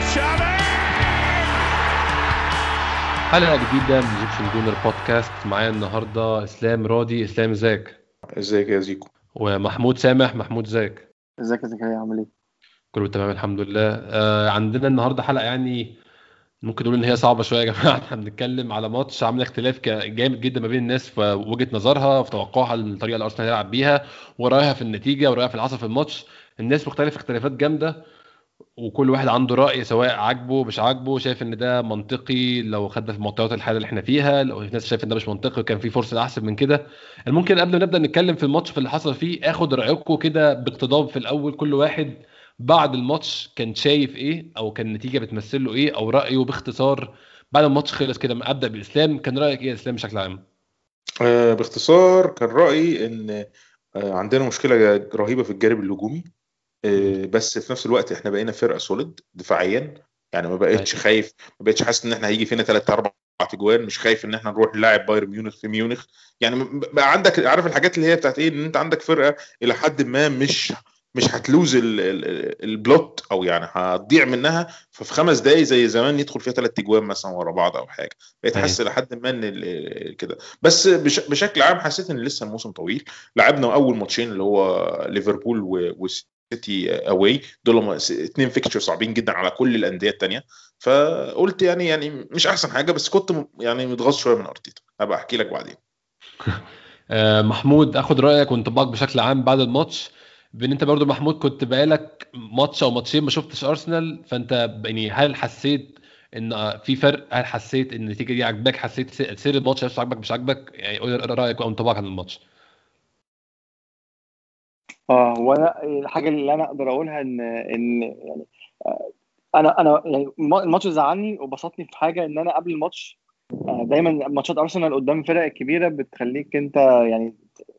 حلقة جديدة من ايجيبشن جونر بودكاست. معايا النهاردة اسلام راضي. اسلام ازيك؟ ازيك يا زيكو؟ ومحمود سامح. محمود ازيك؟ ازيك يا زكريا، عامل ايه؟ كله تمام الحمد لله. عندنا النهاردة حلقة يعني ممكن نقول ان هي صعبة شوية يا جماعة. احنا بنتكلم على ماتش عامل اختلاف جامد جدا ما بين الناس في وجهة نظرها، في توقعها للطريقة اللي ارسنال يلعب بيها، ورايها في النتيجة، ورايها في اللي حصل في الماتش. الناس مختلفة اختلافات جامدة، وكل واحد عنده رأي، سواء عاجبه مش عاجبه، شايف ان ده منطقي لو خدنا في معطيات الحالة اللي احنا فيها، لو في ناس شايف ان ده مش منطقي وكان في فرصة احسن من كده. ممكن قبل ما نبدأ نتكلم في الماتش في اللي حصل فيه، اخد رأيكم كده باقتضاب في الاول، كل واحد بعد الماتش كان شايف ايه، او كان النتيجة بتمثل له ايه، او رأيه باختصار بعد الماتش خلص كده. ابدأ باسلام، كان رأيك ايه يا اسلام بشكل عام؟ باختصار كان رأيي ان عندنا مشكلة رهيبة في الجانب الهجومي. بس في نفس الوقت احنا بقينا فرقة سوليد دفاعيا. يعني ما بقتش خايف، ما بقتش حاسس ان احنا هيجي فينا 3 4 اجوان، مش خايف ان احنا نروح نلاعب بايرن ميونخ في ميونخ. يعني بقى عندك، عارف الحاجات اللي هي بتاعت ايه، ان انت عندك فرقة الى حد ما مش هتلوز البلوت، او يعني هتضيع منها ففي 5 دقايق زي زمان يدخل فيها 3 اجوان مثلا ورا بعض او حاجه. بقيت حاسس ايوه. لحد ما ان كده. بس بشكل عام حسيت ان لسه الموسم طويل. لعبنا اول ماتشين اللي هو ليفربول وسيتي اواي، دول 2 فيكتشر صعبين جدا على كل الانديه التانية. فقلت يعني مش احسن حاجه، بس كنت يعني متغاظ شويه من ارتيتا. هبقى احكي لك بعدين. محمود، اخد رايك وانطباعك بشكل عام بعد الماتش. بان انت برضو محمود كنت بقالك ماتش او ماتشين ما شفتش ارسنال، فانت يعني هل حسيت ان في فرق؟ هل حسيت ان النتيجه دي عجبك؟ حسيت سير الماتش نفسه عجبك مش عجبك؟ يعني قول رايك او انطباعك عن الماتش. وانا الحاجه اللي انا اقدر اقولها ان يعني انا يعني الماتش زعلني وبسطني في حاجه، ان انا قبل الماتش دايما ماتشات ارسنال قدام الفرق الكبيره بتخليك انت يعني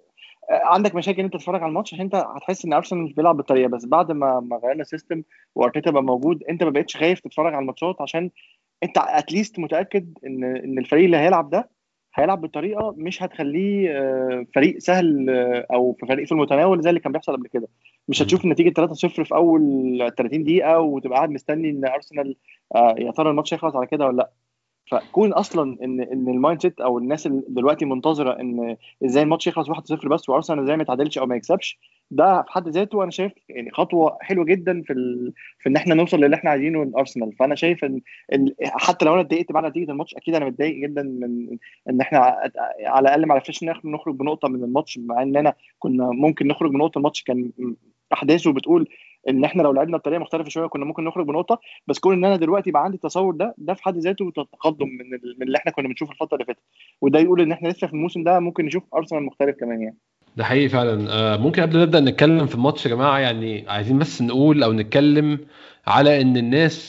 عندك مشاكل انت تتفرج على الماتش، عشان انت هتحس ان ارسنال مش بيلعب بالطريقه. بس بعد ما غيرنا سيستم وارتيتا بقى موجود، انت ما بقتش خايف تتفرج على الماتشات، عشان انت اتليست متاكد ان الفريق اللي هيلعب ده هيلعب بطريقه مش هتخليه فريق سهل، او في فريق في المتناول زي اللي كان بيحصل قبل كده. مش هتشوف النتيجه 3-0 في اول 30 دقيقه وتبقى قاعد مستني ان ارسنال يا ترى الماتش هيخلص على كده ولا لا. فكون اصلا ان المايند سيت او الناس اللي دلوقتي منتظره ان ازاي الماتش يخلص 1-0 بس وارسنال ازاي ما يتعادلش او ما يكسبش، ده في حد ذاته انا شايف يعني خطوه حلوه جدا في ان احنا نوصل للي احنا عايزينه من ارسنال. فانا شايف ان حتى لو انا اتضايقت بعد نتيجه الماتش، اكيد انا متضايق جدا من ان احنا على الاقل ما عرفناش نخرج بنقطه من الماتش، مع اننا كنا ممكن نخرج بنقطه. الماتش كان احداثه بتقول ان احنا لو لعبنا بطريقه مختلفه شويه كنا ممكن نخرج بنقطه. بس كون ان انا دلوقتي بقى عندي التصور ده في حد ذاته تقدم من اللي احنا كنا بنشوفه الفتره اللي فاتت، وده يقول ان احنا لسه في الموسم ده ممكن نشوف ارسنال مختلف كمان يعني. ده حقيقي فعلا. ممكن قبل ما نبدأ نتكلم في الماتش يا جماعة، يعني عايزين بس نقول أو نتكلم على إن الناس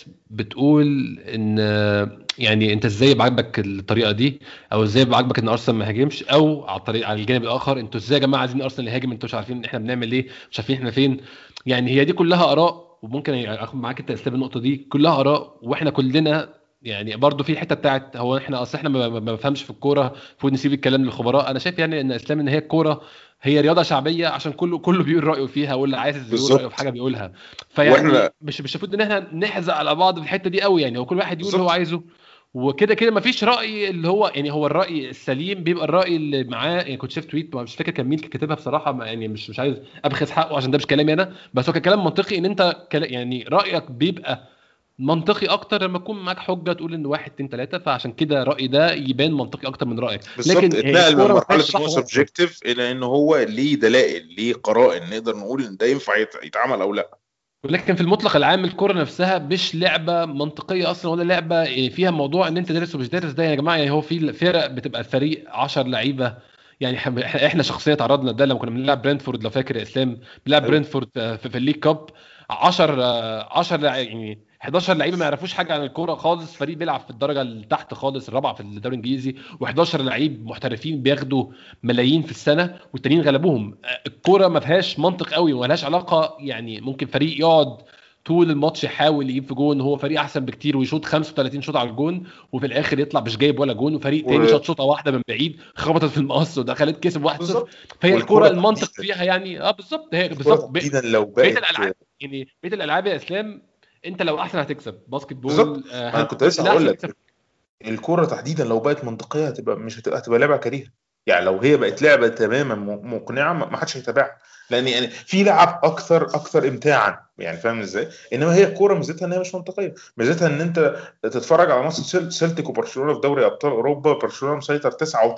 بتقول إن يعني أنت إزاي بعجبك الطريقة دي، أو إزاي بعجبك إن أرسنال ما هاجمش، أو على الطريق على الجانب الآخر أنتوا إزاي يا جماعة عايزين أرسنال يهاجم؟ أنتوا مش عارفين إحنا بنعمل إيه، مش عارفين إحنا فين. يعني هي دي كلها آراء، وممكن آخد معاك أنت أسلام النقطة دي كلها آراء، وإحنا كلنا يعني برضو في الحته بتاعت هو احنا اصل احنا ما بفهمش في الكوره، المفروض نسيب الكلام للخبراء. انا شايف يعني ان اسلام ان هي الكوره هي رياضه شعبيه، عشان كله بيقول رايه فيها، واللي عايز يقول رايه في بالظبط. حاجه بيقولها. واحنا فيعني مش المفروض ان احنا نحزق على بعض في الحته دي قوي، يعني هو كل واحد يقول اللي هو بالظبط. عايزه. وكده كده مفيش راي اللي هو يعني هو الراي السليم بيبقى الراي اللي معاه. يعني كنت شفت تويت مش فاكر كان مين كاتبها بصراحه، يعني مش عايز ابخس حقه عشان ده مش كلامي انا، بس هو كان كلام منطقي. ان انت يعني رايك بيبقى منطقي اكتر لما يكون معاك حجه تقول ان واحد اتنين تلاته، فعشان كده رايي ده يبان منطقي اكتر من رايك. بالظبط، لكن هي اتنقل من الكوره ما مرحله فيهاش ان هو صح وغلط. سبجكتيف الى ان هو ليه دلائل، ليه قرائن نقدر نقول ان ده ينفع يتعمل او لا. ولكن في المطلق العام الكوره نفسها مش لعبه منطقيه اصلا، ولا لعبه فيها موضوع ان انت دارس ومش دارس. ده يا جماعه يعني هو في فرق بتبقى الفريق 10 لعيبه. يعني احنا شخصيا تعرضنا ده لما كنا بنلعب برينتفورد، لو فاكر يا اسلام، بنلعب ايوه برينتفورد في الليج كاب. 10 10 يعني 11 لعيبه ما يعرفوش حاجه عن الكوره خالص، فريق بيلعب في الدرجه اللي تحت خالص الرابعه في الدوري الانجليزي، و11 لعيب محترفين بياخدوا ملايين في السنه والتانيين غلبوهم. الكوره ما فيهاش منطق قوي وما لهاش علاقه. يعني ممكن فريق يقعد طول الماتش يحاول يجيب في جون، هو فريق احسن بكتير، ويشوط 35 شوط على الجون وفي الاخر يطلع مش جايب ولا جون، وفريق تاني شاط شوطه واحده من بعيد خبطت في المقص ودخلت كسب 1-0. بالظبط. فهي الكوره والكره المنطق تحديدا، فيها يعني بالظبط، هي الكره بالظبط تحديدا لو بقيه بقت الالعاب. يعني بقيه الالعاب يا اسلام انت لو احسن هتكسب باسكت بالظبط. بول. انا كنت لسه هقول لك الكوره تحديدا لو بقت منطقيه هتبقى مش هتبقى لعبه كريهه. يعني لو هي بقت لعبه تماما مقنعه ما حدش هيتابعها، لان يعني في لعب اكثر امتاعا، يعني فاهم ازاي. انما هي الكوره ميزتها ان هي مش منطقيه، ميزتها ان انت تتفرج على ماتش سيلتيك وبرشلونه في دوري ابطال اوروبا، برشلونه مسيطر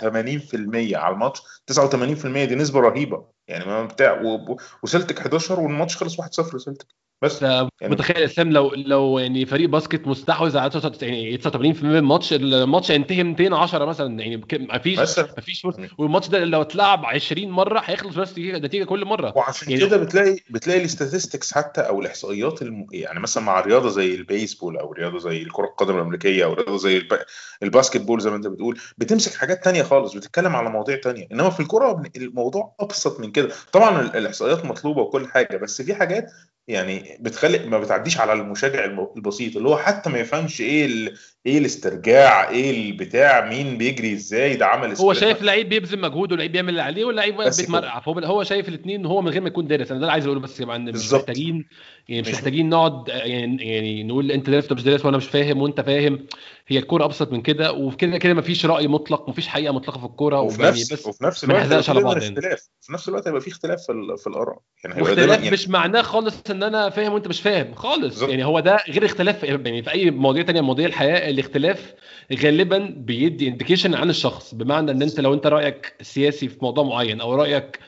89% على الماتش. 89% دي نسبه رهيبه يعني، ما بتاع وسيلتيك 11 والماتش خلص 1-0 سيلتيك بس يعني. متخيل اسلام لو يعني فريق باسكت مستحوذ على 89% من الماتش ينتهي 210 مثلا، يعني مفيش فرصه. والماتش ده لو اتلعب 20 مره هيخلص نفس النتيجه كل مره. وعشان يعني كده بتلاقي الاستاتستكس حتى او الاحصائيات يعني مثلا مع رياضه زي البيسبول او رياضه زي الكره القدم الامريكيه او رياضه زي الباسكت بول زي ما انت بتقول، بتمسك حاجات تانية خالص، بتتكلم على مواضيع تانية. انما في الكره الموضوع ابسط من كده. طبعا الاحصائيات مطلوبه وكل حاجه، بس في حاجات يعني بتخلي ما بتعديش على المشجع البسيط اللي هو حتى ما يفهمش ايه الاسترجاع، ايه البتاع، مين بيجري ازاي، ده عمل هو سبليت شايف لعيب بيبذل مجهود ولعيب بيعمل اللي عليه واللعيب واقف بس كده. بيتمرقع، فهو شايف الاثنين هو من غير ما يكون دارس. انا ده اللي عايز اقوله بس، يعني مش بالظبط. محتاجين، يعني مش مش محتاجين نقعد يعني نقول انت دارس مش دارس وانا مش فاهم وانت فاهم. هي الكوره ابسط من كده، وفي كده كده مفيش راي مطلق، مفيش حقيقه مطلقه في الكوره، ويعني بس وفي نفس ما الوقت هيبقى نحزقش في على دايما بعض يعني. اختلاف، في نفس الوقت هيبقى في اختلاف في الاراء، يعني هيبقى دايما واختلاف يعني. مش معناه خالص ان انا فاهم وانت مش فاهم خالص، بالظبط. يعني هو ده غير اختلاف يعني في اي مواضيع تانية، مواضيع الحياه الاختلاف غالبا بيدي انديكيشن عن الشخص، بمعنى ان انت لو انت رايك سياسي في موضوع معين، او رايك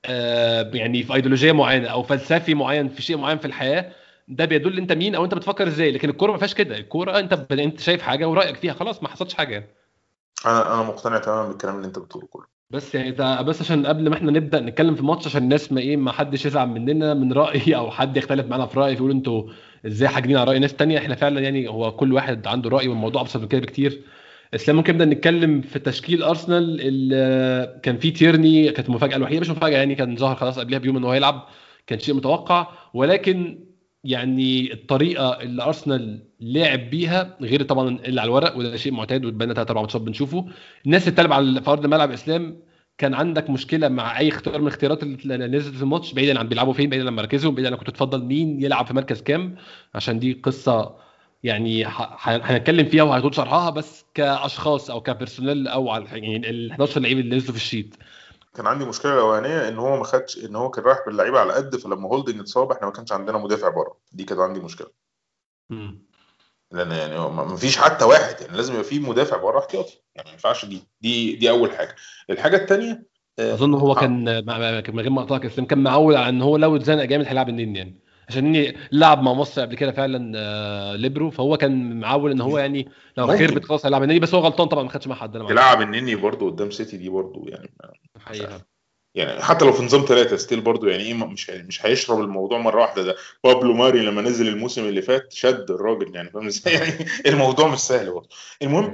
يعني في ايديولوجيه معينه او فلسفي معين في شيء معين في الحياه، ده بيدل انت مين او انت بتفكر ازاي. لكن الكوره ما فيهاش كده، الكوره انت شايف حاجه ورايك فيها، خلاص ما حصلش حاجه. انا مقتنع تماما بالكلام اللي انت بتقوله كله. بس يعني ده بس عشان قبل ما احنا نبدا نتكلم في الماتش، عشان الناس ما حدش يزعل مننا من رايي او حد يختلف معانا في رايي يقول انتوا ازاي حاجدين على راي ناس تانية. احنا فعلا يعني هو كل واحد عنده راي، والموضوع ابسط من كده بكتير. اسلام ممكن نبدا نتكلم في تشكيل ارسنال اللي كان فيه تيرني، كانت المفاجاه الوحيده، مش مفاجاه يعني، كان ظهر خلاص قبلها بيوم ان هو هيلعب، كان شيء متوقع. ولكن يعني الطريقه اللي ارسنال لعب بيها غير طبعا اللي على الورق، وده شيء معتاد وبقالنا 3 4 ماتشات بنشوفه. الناس اللي بتلعب على في ارض الملعب اسلام، كان عندك مشكله مع اي اختيار من الاختيارات اللي نزلت في الماتش، بعيدا عن بيلعبوا فين، بعيدا عن مركزهم، بعيدا عن كنت تفضل مين يلعب في مركز كام، عشان دي قصه يعني هنتكلم فيها وهيطول شرحها. بس كاشخاص او كبيرسونال او على يعني ال 11 لعيب اللي نزلوا في الشيت. كان عندي مشكله الاولانيه ان هو ما خدش، ان هو كان رايح باللعيبه على قد، فلما هولدنج اتصاب احنا ما كانش عندنا مدافع بره، دي كانت عندي مشكله. مم. لان يعني ما فيش حتى واحد، يعني لازم يبقى في مدافع بره احتياطي، يعني ما ينفعش. دي اول حاجه. الحاجه الثانيه اظن هو كان من غير ما اقطعك اسلام، كان معول على ان هو لو اتزنق جامد هيلعب النني يعني، عشان النني لعب مع مصر قبل كده فعلا ليبرو، فهو كان معول ان هو يعني لو خربت ممكن خلاص هيلعب النني. بس هو غلطان طبعا، ما خدش مع حد، انا معاك. تلعب النني برضو قدام سيتي دي برضو يعني، مش حقيقة. عارف. يعني حتى لو في نظام 3 ستيل برضو يعني ايه، مش هيشرب الموضوع مره واحده. ده بابلو ماري لما نزل الموسم اللي فات شد الراجل، يعني فاهم ازاي يعني. الموضوع مش سهل برضو. المهم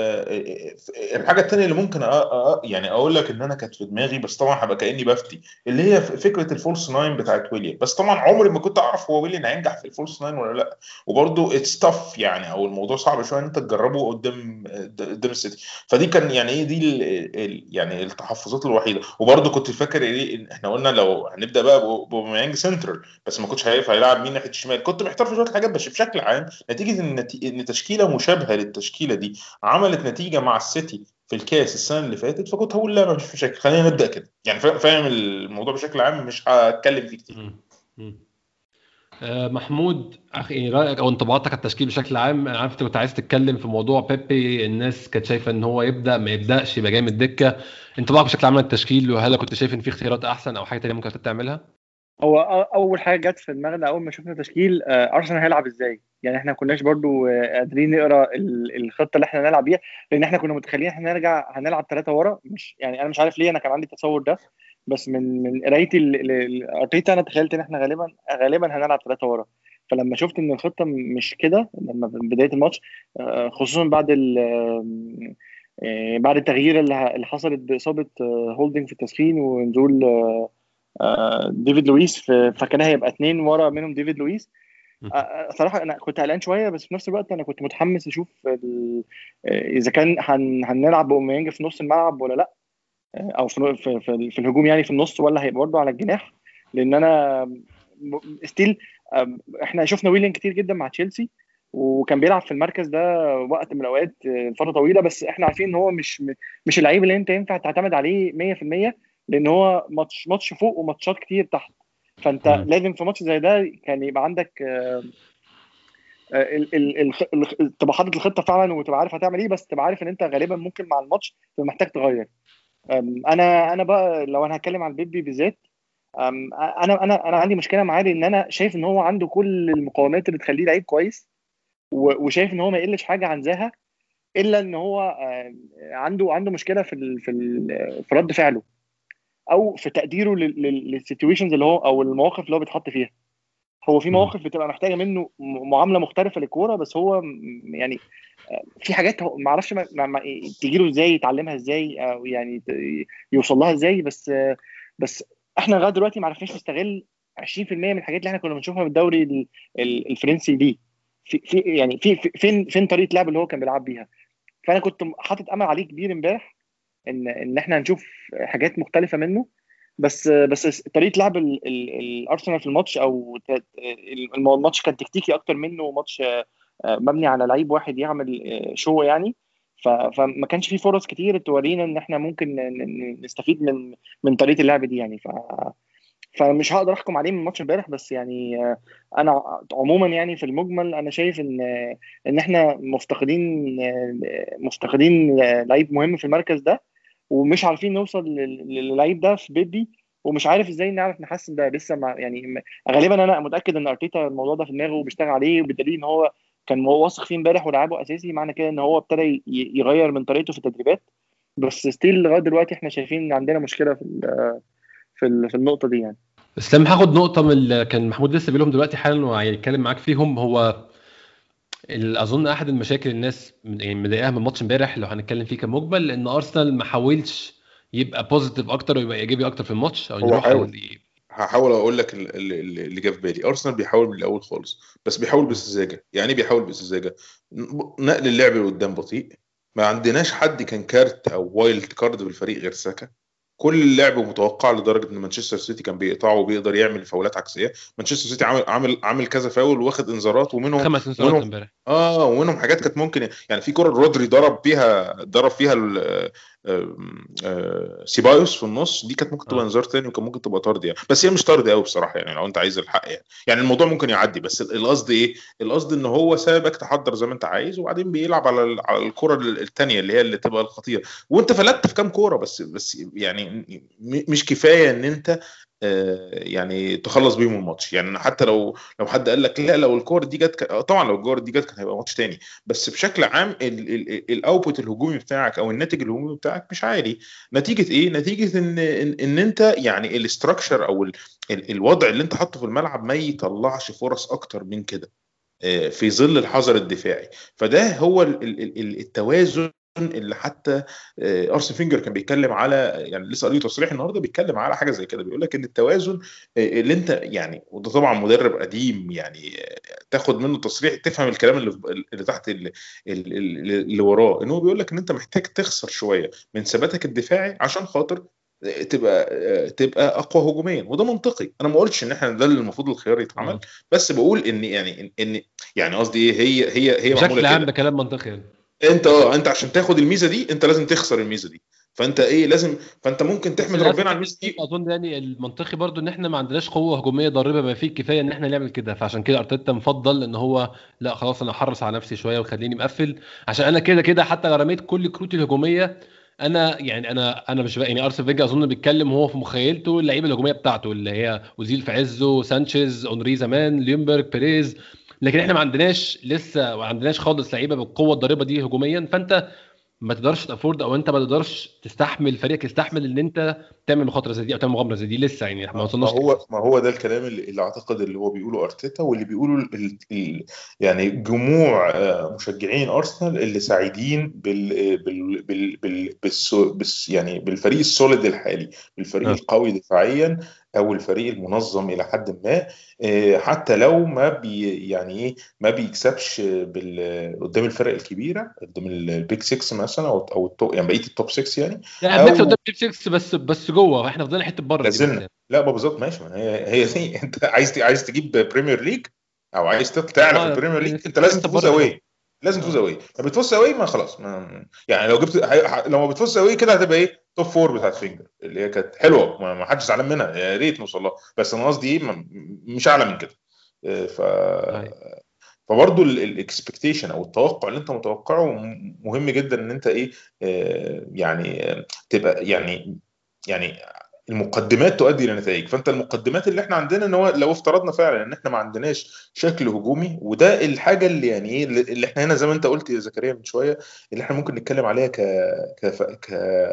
الحاجه الثانيه اللي ممكن يعني اقول لك ان انا كانت في دماغي، بس طبعا هبقى كاني بفتي، اللي هي فكره الفولس ناين بتاعت ويليام. بس طبعا عمري ما كنت اعرف هو ويليام هينجح في الفولس ناين ولا لا. وبرضو اتس تاف يعني، او الموضوع صعب شويه ان انت تجربه قدام السيتي. فدي كان يعني ايه دي يعني التحفظات الوحيده. وبرضه كنت فاكر ايه إن احنا قلنا لو هنبدا بقى بوميانج سنترال، بس ما كنتش عارف هيلعب مين ناحيه الشمال. كنت محتار في شويه حاجات، بس بشكل عام نتيجه ان تشكيله مشابهه للتشكيله دي عملت نتيجه مع السيتي في الكاس السنه اللي فاتت، فكنت هقول لا، ما فيش مشاكل، خلينا نبدا كده يعني. فاهم الموضوع بشكل عام، مش هتكلم فيه كتير. مم. مم. محمود اخي، رايك او انطباعاتك على التشكيل بشكل عام؟ انا عارف انت كنت عايز تتكلم في موضوع بيبي، الناس كانت شايفه ان هو يبدا ما يبداش، يبقى جاي من الدكه. انطباعك بشكل عام عن التشكيل، وهل كنت شايف ان في اختيارات احسن او حاجه تانية ممكن كنت تعملها؟ هو اول حاجه جت في دماغنا اول ما شفنا تشكيل ارسنال هيلعب ازاي. يعني احنا كناش برضو قادرين نقرا الخطه اللي احنا هنلعب بيها، لان احنا كنا متخيلين احنا هنلعب 3 ورا. مش يعني انا مش عارف ليه انا كان عندي التصور ده، بس من قرايتي ارتيتا انا تخيلت ان احنا غالبا هنلعب 3 ورا. فلما شفت ان الخطه مش كده لما في بدايه الماتش، خصوصا بعد بعد التغيير اللي حصلت باصابه هولدنج في التسخين ونزول ديفيد لويس، فكان هيبقى 2 ورا منهم ديفيد لويس. صراحة أنا كنت قلقان شوية، بس في نفس الوقت أنا كنت متحمس أشوف إذا كان هنلعب بأوميانج في نص الملعب ولا لأ، أو في الهجوم يعني في النص، ولا هيبقى برضه على الجناح. لأن أنا ستيل احنا شفنا ويليان كتير جدا مع تشيلسي وكان بيلعب في المركز ده وقت من الاوقات فتره طويله، بس احنا عارفين ان هو مش اللعيب اللي انت ينفع تعتمد عليه 100%، لان هو ماتش فوق وماتشات كتير تحت. فانت لازم في ماتش زي ده كان يبقى عندك تبقى حاطط الخطه فعلا وتبقى عارف هتعمل ايه، بس تبقى عارف ان انت غالبا ممكن مع الماتش تبقى محتاج تغير. انا بقى لو انا هتكلم عن بيبي بالذات، انا عندي مشكله معاه، لان انا شايف ان هو عنده كل المقومات اللي تخليه لعيب كويس، وشايف ان هو ما يقلش حاجه عن زاها، الا ان هو عنده مشكله في رد فعله او في تقديره للسيتويشنز اللي هو او المواقف اللي هو بيتحط فيها. هو في مواقف بتبقى محتاجه منه معامله مختلفه للكوره، بس هو يعني في حاجات ما اعرفش تجي له ازاي، يتعلمها ازاي، او يعني يوصل لها ازاي، بس احنا لغايه دلوقتي ما عرفناش نستغل 20% من الحاجات اللي احنا كنا بنشوفها في الدوري الفرنسي دي. في يعني فين طريقه اللعب اللي هو كان بيلعب بيها. فانا كنت حاطط امل عليه كبير امبارح ان احنا هنشوف حاجات مختلفه منه، بس طريقه لعب الارسنال في الماتش، او الماتش كان تكتيكي اكتر منه ماتش مبني على لعيب واحد يعمل شو يعني. فما كانش فيه فرص كتير تورينا ان احنا ممكن نستفيد من طريقه اللعب دي يعني. فمش هقدر احكم عليه من ماتش امبارح، بس يعني انا عموما يعني في المجمل انا شايف ان احنا مفتقدين لعيب مهم في المركز ده، ومش عارفين نوصل للعيب ده في بيبي، ومش عارف ازاي نعرف نحسن ده لسه. يعني غالبا انا متاكد ان ارتيتا الموضوع ده في دماغه وبيشتغل عليه، وبالدليل ان هو كان واثق فيه امبارح ولعبه اساسي، معنى كده ان هو ابتدى يغير من طريقته في التدريبات. بس ستيل لغايه دلوقتي احنا شايفين ان عندنا مشكله في النقطه دي يعني. اسلام، هاخد نقطه من اللي كان محمود لسه بيقولهم دلوقتي حالا وهيتكلم معاك فيهم. هو اظن احد المشاكل الناس يعني مضايقاها من ماتش امبارح لو هنتكلم فيه كمجمل، ان ارسنال ما حاولش يبقى بوزيتيف اكتر ويبقى ايجابي اكتر في الماتش، او هو يروح حاول. هحاول اقول لك اللي جه في بالي. ارسنال بيحاول من الاول خالص، بس بيحاول بسذاجه. يعني إيه بيحاول بسذاجه؟ نقل اللعب لقدام بطيء. ما عندناش حد كان كارت او وايلد كارد بالفريق غير ساكا. كل اللعب متوقع لدرجه ان مانشستر سيتي كان بيقطعه وبيقدر يعمل فاولات عكسيه. مانشستر سيتي عامل كذا فاول واخد انذارات، 5 انذارات ومنهم امبارح. ومنهم حاجات كانت ممكن، يعني في كره رودري ضرب فيها سيبايوس في النص، دي كانت ممكن تبقى انذار تاني وكان ممكن تبقى طرد يعني، بس هي مش طرد قوي بصراحه يعني لو انت عايز الحق يعني الموضوع ممكن يعدي. بس القصد ايه؟ القصد ان هو سابك تحضر زي ما انت عايز، وبعدين بيلعب على الكره الثانيه اللي هي اللي تبقى الخطيره، وانت فلتت في كام كوره بس يعني مش كفايه ان انت يعني تخلص بيهم الماتش. يعني حتى لو حد قال لك لا، لو الكور دي جت طبعا لو الكور دي جت كان هيبقى ماتش تاني، بس بشكل عام الاوتبوت الهجومي بتاعك او الناتج الهجومي بتاعك مش عالي. نتيجه ايه؟ نتيجه ان انت يعني الاستراكشر او الوضع اللي انت حاطه في الملعب ما يطلعش فرص اكتر من كده في ظل الحذر الدفاعي. فده هو التوازن اللي حتى ارسن فينجر كان بيتكلم على، يعني لسه قريت تصريح النهارده بيتكلم على حاجه زي كده، بيقول لك ان التوازن اللي انت يعني، وده طبعا مدرب قديم يعني تاخد منه تصريح تفهم الكلام اللي تحت اللي وراه، ان هو بيقول لك ان انت محتاج تخسر شويه من ثباتك الدفاعي عشان خاطر تبقى اقوى هجوميا. وده منطقي، انا ما قلتش ان احنا ده اللي المفروض الخيار يتعمل، بس بقول ان يعني قصدي ايه، هي معموله بشكل عام كده. ده كلام منطقي يعني. انت عشان تاخد الميزه دي انت لازم تخسر الميزه دي. فانت ايه لازم، فانت ممكن بس تحمد للاسف ربنا على الميزه دي. اظن يعني المنطقي برضو ان احنا ما عندناش قوه هجوميه ضاربه ما فيه الكفايه ان احنا نعمل كده، فعشان كده ارتيتا مفضل ان هو لا خلاص انا احرص على نفسي شويه وخليني مقفل، عشان انا كده كده حتى لو رميت كل كروتي الهجوميه انا يعني انا مش يعني ارسنال فيجا اظن بيتكلم هو في مخيلته اللعيبه الهجوميه بتاعته اللي هي اوزيل في عزه، سانشيز، اونري زمان، ليمبرج، بيريز، لكن احنا ما عندناش لسه، ما عندناش خالص لعيبه بالقوه الضاربه دي هجوميا. فانت ما تقدرش تافورد او انت ما تقدرش تستحمل فريقك يستحمل ان انت تعمل مخاطره زي دي او تعمل مغامره زي دي لسه يعني ما ما وصلناش كده. هو ما هو ده الكلام اللي اعتقد اللي هو بيقوله ارتيتا، واللي بيقوله يعني جموع مشجعين ارسنال اللي سعيدين يعني بالفريق السوليد الحالي، بالفريق القوي دفاعيا. او الفريق المنظم الى حد ما، حتى لو ما بي يعني ايه ما بيكسبش قدام الفرق الكبيره، قدام البيج 6 مثلا او يعني بقيه التوب 6 يعني. يعني بنكسب او قدام تيب 6 بس جوه احنا فضلنا حته بره دي لازلنا، مشكله. لا ما بالظبط ماشي، ما هي دي انت عايز تجيب بريمير ليج او عايز تعلى في البريمير ليج، انت لازم انت تفوز بره كده. اوي. لازم تفوز اوي، ما بتفوز اوي ما خلاص، يعني لو لو ما بتفوز اوي كده هتبقى ايه توب 4 بتاعت فينجر اللي هي كانت حلوه، ما حدش زعلان منها، يا ريت نوصل لها، بس انا قصدي ايه مش اعلى من كده. ف هاي. فبرضه الاكسبكتيشن او التوقع اللي انت متوقعه مهم جدا، ان انت ايه يعني تبقى يعني المقدمات تؤدي الى نتائج. فانت المقدمات اللي احنا عندنا ان هو لو افترضنا فعلا ان احنا ما عندناش شكل هجومي، وده الحاجه اللي يعني ايه اللي احنا هنا زي ما انت قلت يا زكريا من شويه، اللي احنا ممكن نتكلم عليها ك... ك...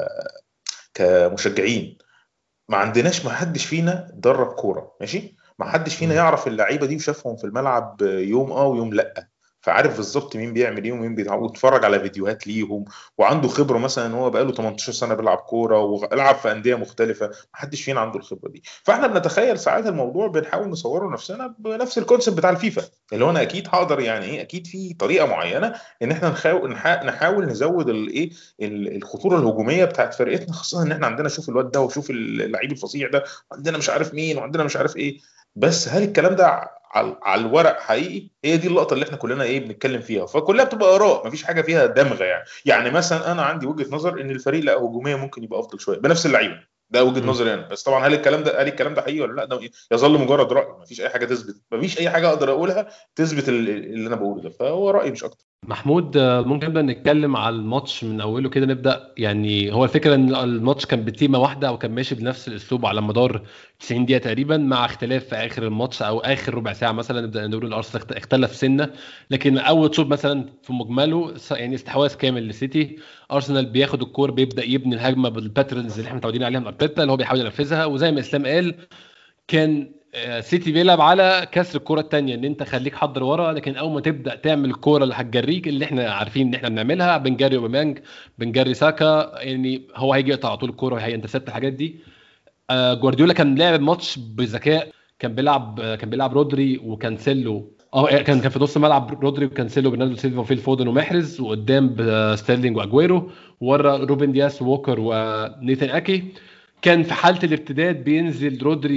كمشجعين. ما حدش فينا درب كوره ماشي، ما حدش فينا مم. يعرف اللعيبه دي وشافهم في الملعب يوم ويوم لا، فعارف بالظبط مين بيعمل ايه ومين بيتعود، واتفرج على فيديوهات ليهم، وعنده خبره مثلا ان هو بقاله 18 سنه بيلعب كوره ولعب في انديه مختلفه. ما حدش فينا عنده الخبره دي، فاحنا بنتخيل ساعات الموضوع بنحاول نصوره نفسنا بنفس الكونسيبت بتاع الفيفا، اللي هو انا اكيد هقدر يعني ايه، اكيد في طريقه معينه ان احنا نحاول نزود الايه الخطوره الهجوميه بتاعت فرقتنا، خاصه ان احنا عندنا شوف الواد ده وشوف اللعيب الفظيع ده، عندنا مش عارف مين وعندنا مش عارف ايه. بس هل الكلام ده على الورق حقيقي؟ هي دي اللقطه اللي احنا كلنا ايه بنتكلم فيها، فكلها بتبقى اراء مفيش حاجه فيها دمغه يعني مثلا انا عندي وجهه نظر ان الفريق لا هجوميا ممكن يبقى افضل شويه بنفس اللعيبه، ده وجهه مم. نظري انا، بس طبعا هل الكلام ده حقيقي ولا لا، ده يظل مجرد راي، مفيش اي حاجه تثبت، مفيش اي حاجه اقدر اقولها تثبت اللي انا بقوله ده، فهو رايي مش اكتر. محمود، ممكن نبدا نتكلم على الماتش من اوله كده نبدا. يعني هو الفكره ان الماتش كان بتيمه واحده او كان ماشي بنفس الاسلوب على مدار 90 دقيقه تقريبا، مع اختلاف في اخر الماتش او اخر ربع ساعه مثلا نبدا نقول الارسنال اختلف سنه. لكن اول شوط مثلا في مجمله يعني استحواذ كامل للسيتي. ارسنال بياخد الكور بيبدا يبني الهجمه بالباترنز اللي احنا متعودين عليها من ارتيتا اللي هو بيحاول ينفذها، وزي ما اسلام قال كان سيتي بيلعب على كسر الكرة التانية، ان انت خليك حضر ورا، لكن اول ما تبدا تعمل الكرة اللي هتجريك اللي احنا عارفين ان احنا بنعملها، بنجري اوباميانج، بنجري ساكا، يعني هو هيجي يقطع على طول الكرة وهي انترسبت الحاجات دي. جوارديولا كان لاعب الماتش بذكاء، كان بيلعب رودري وكانسيلو، كان في نص الملعب رودري وكانسيلو برناردو سيلفا وفيل فودن ومحرز، وقدام ستيرلينج واجويرو، ورا روبن دياس ووكر ونيثان اكي. كان في حاله الارتداد بينزل رودري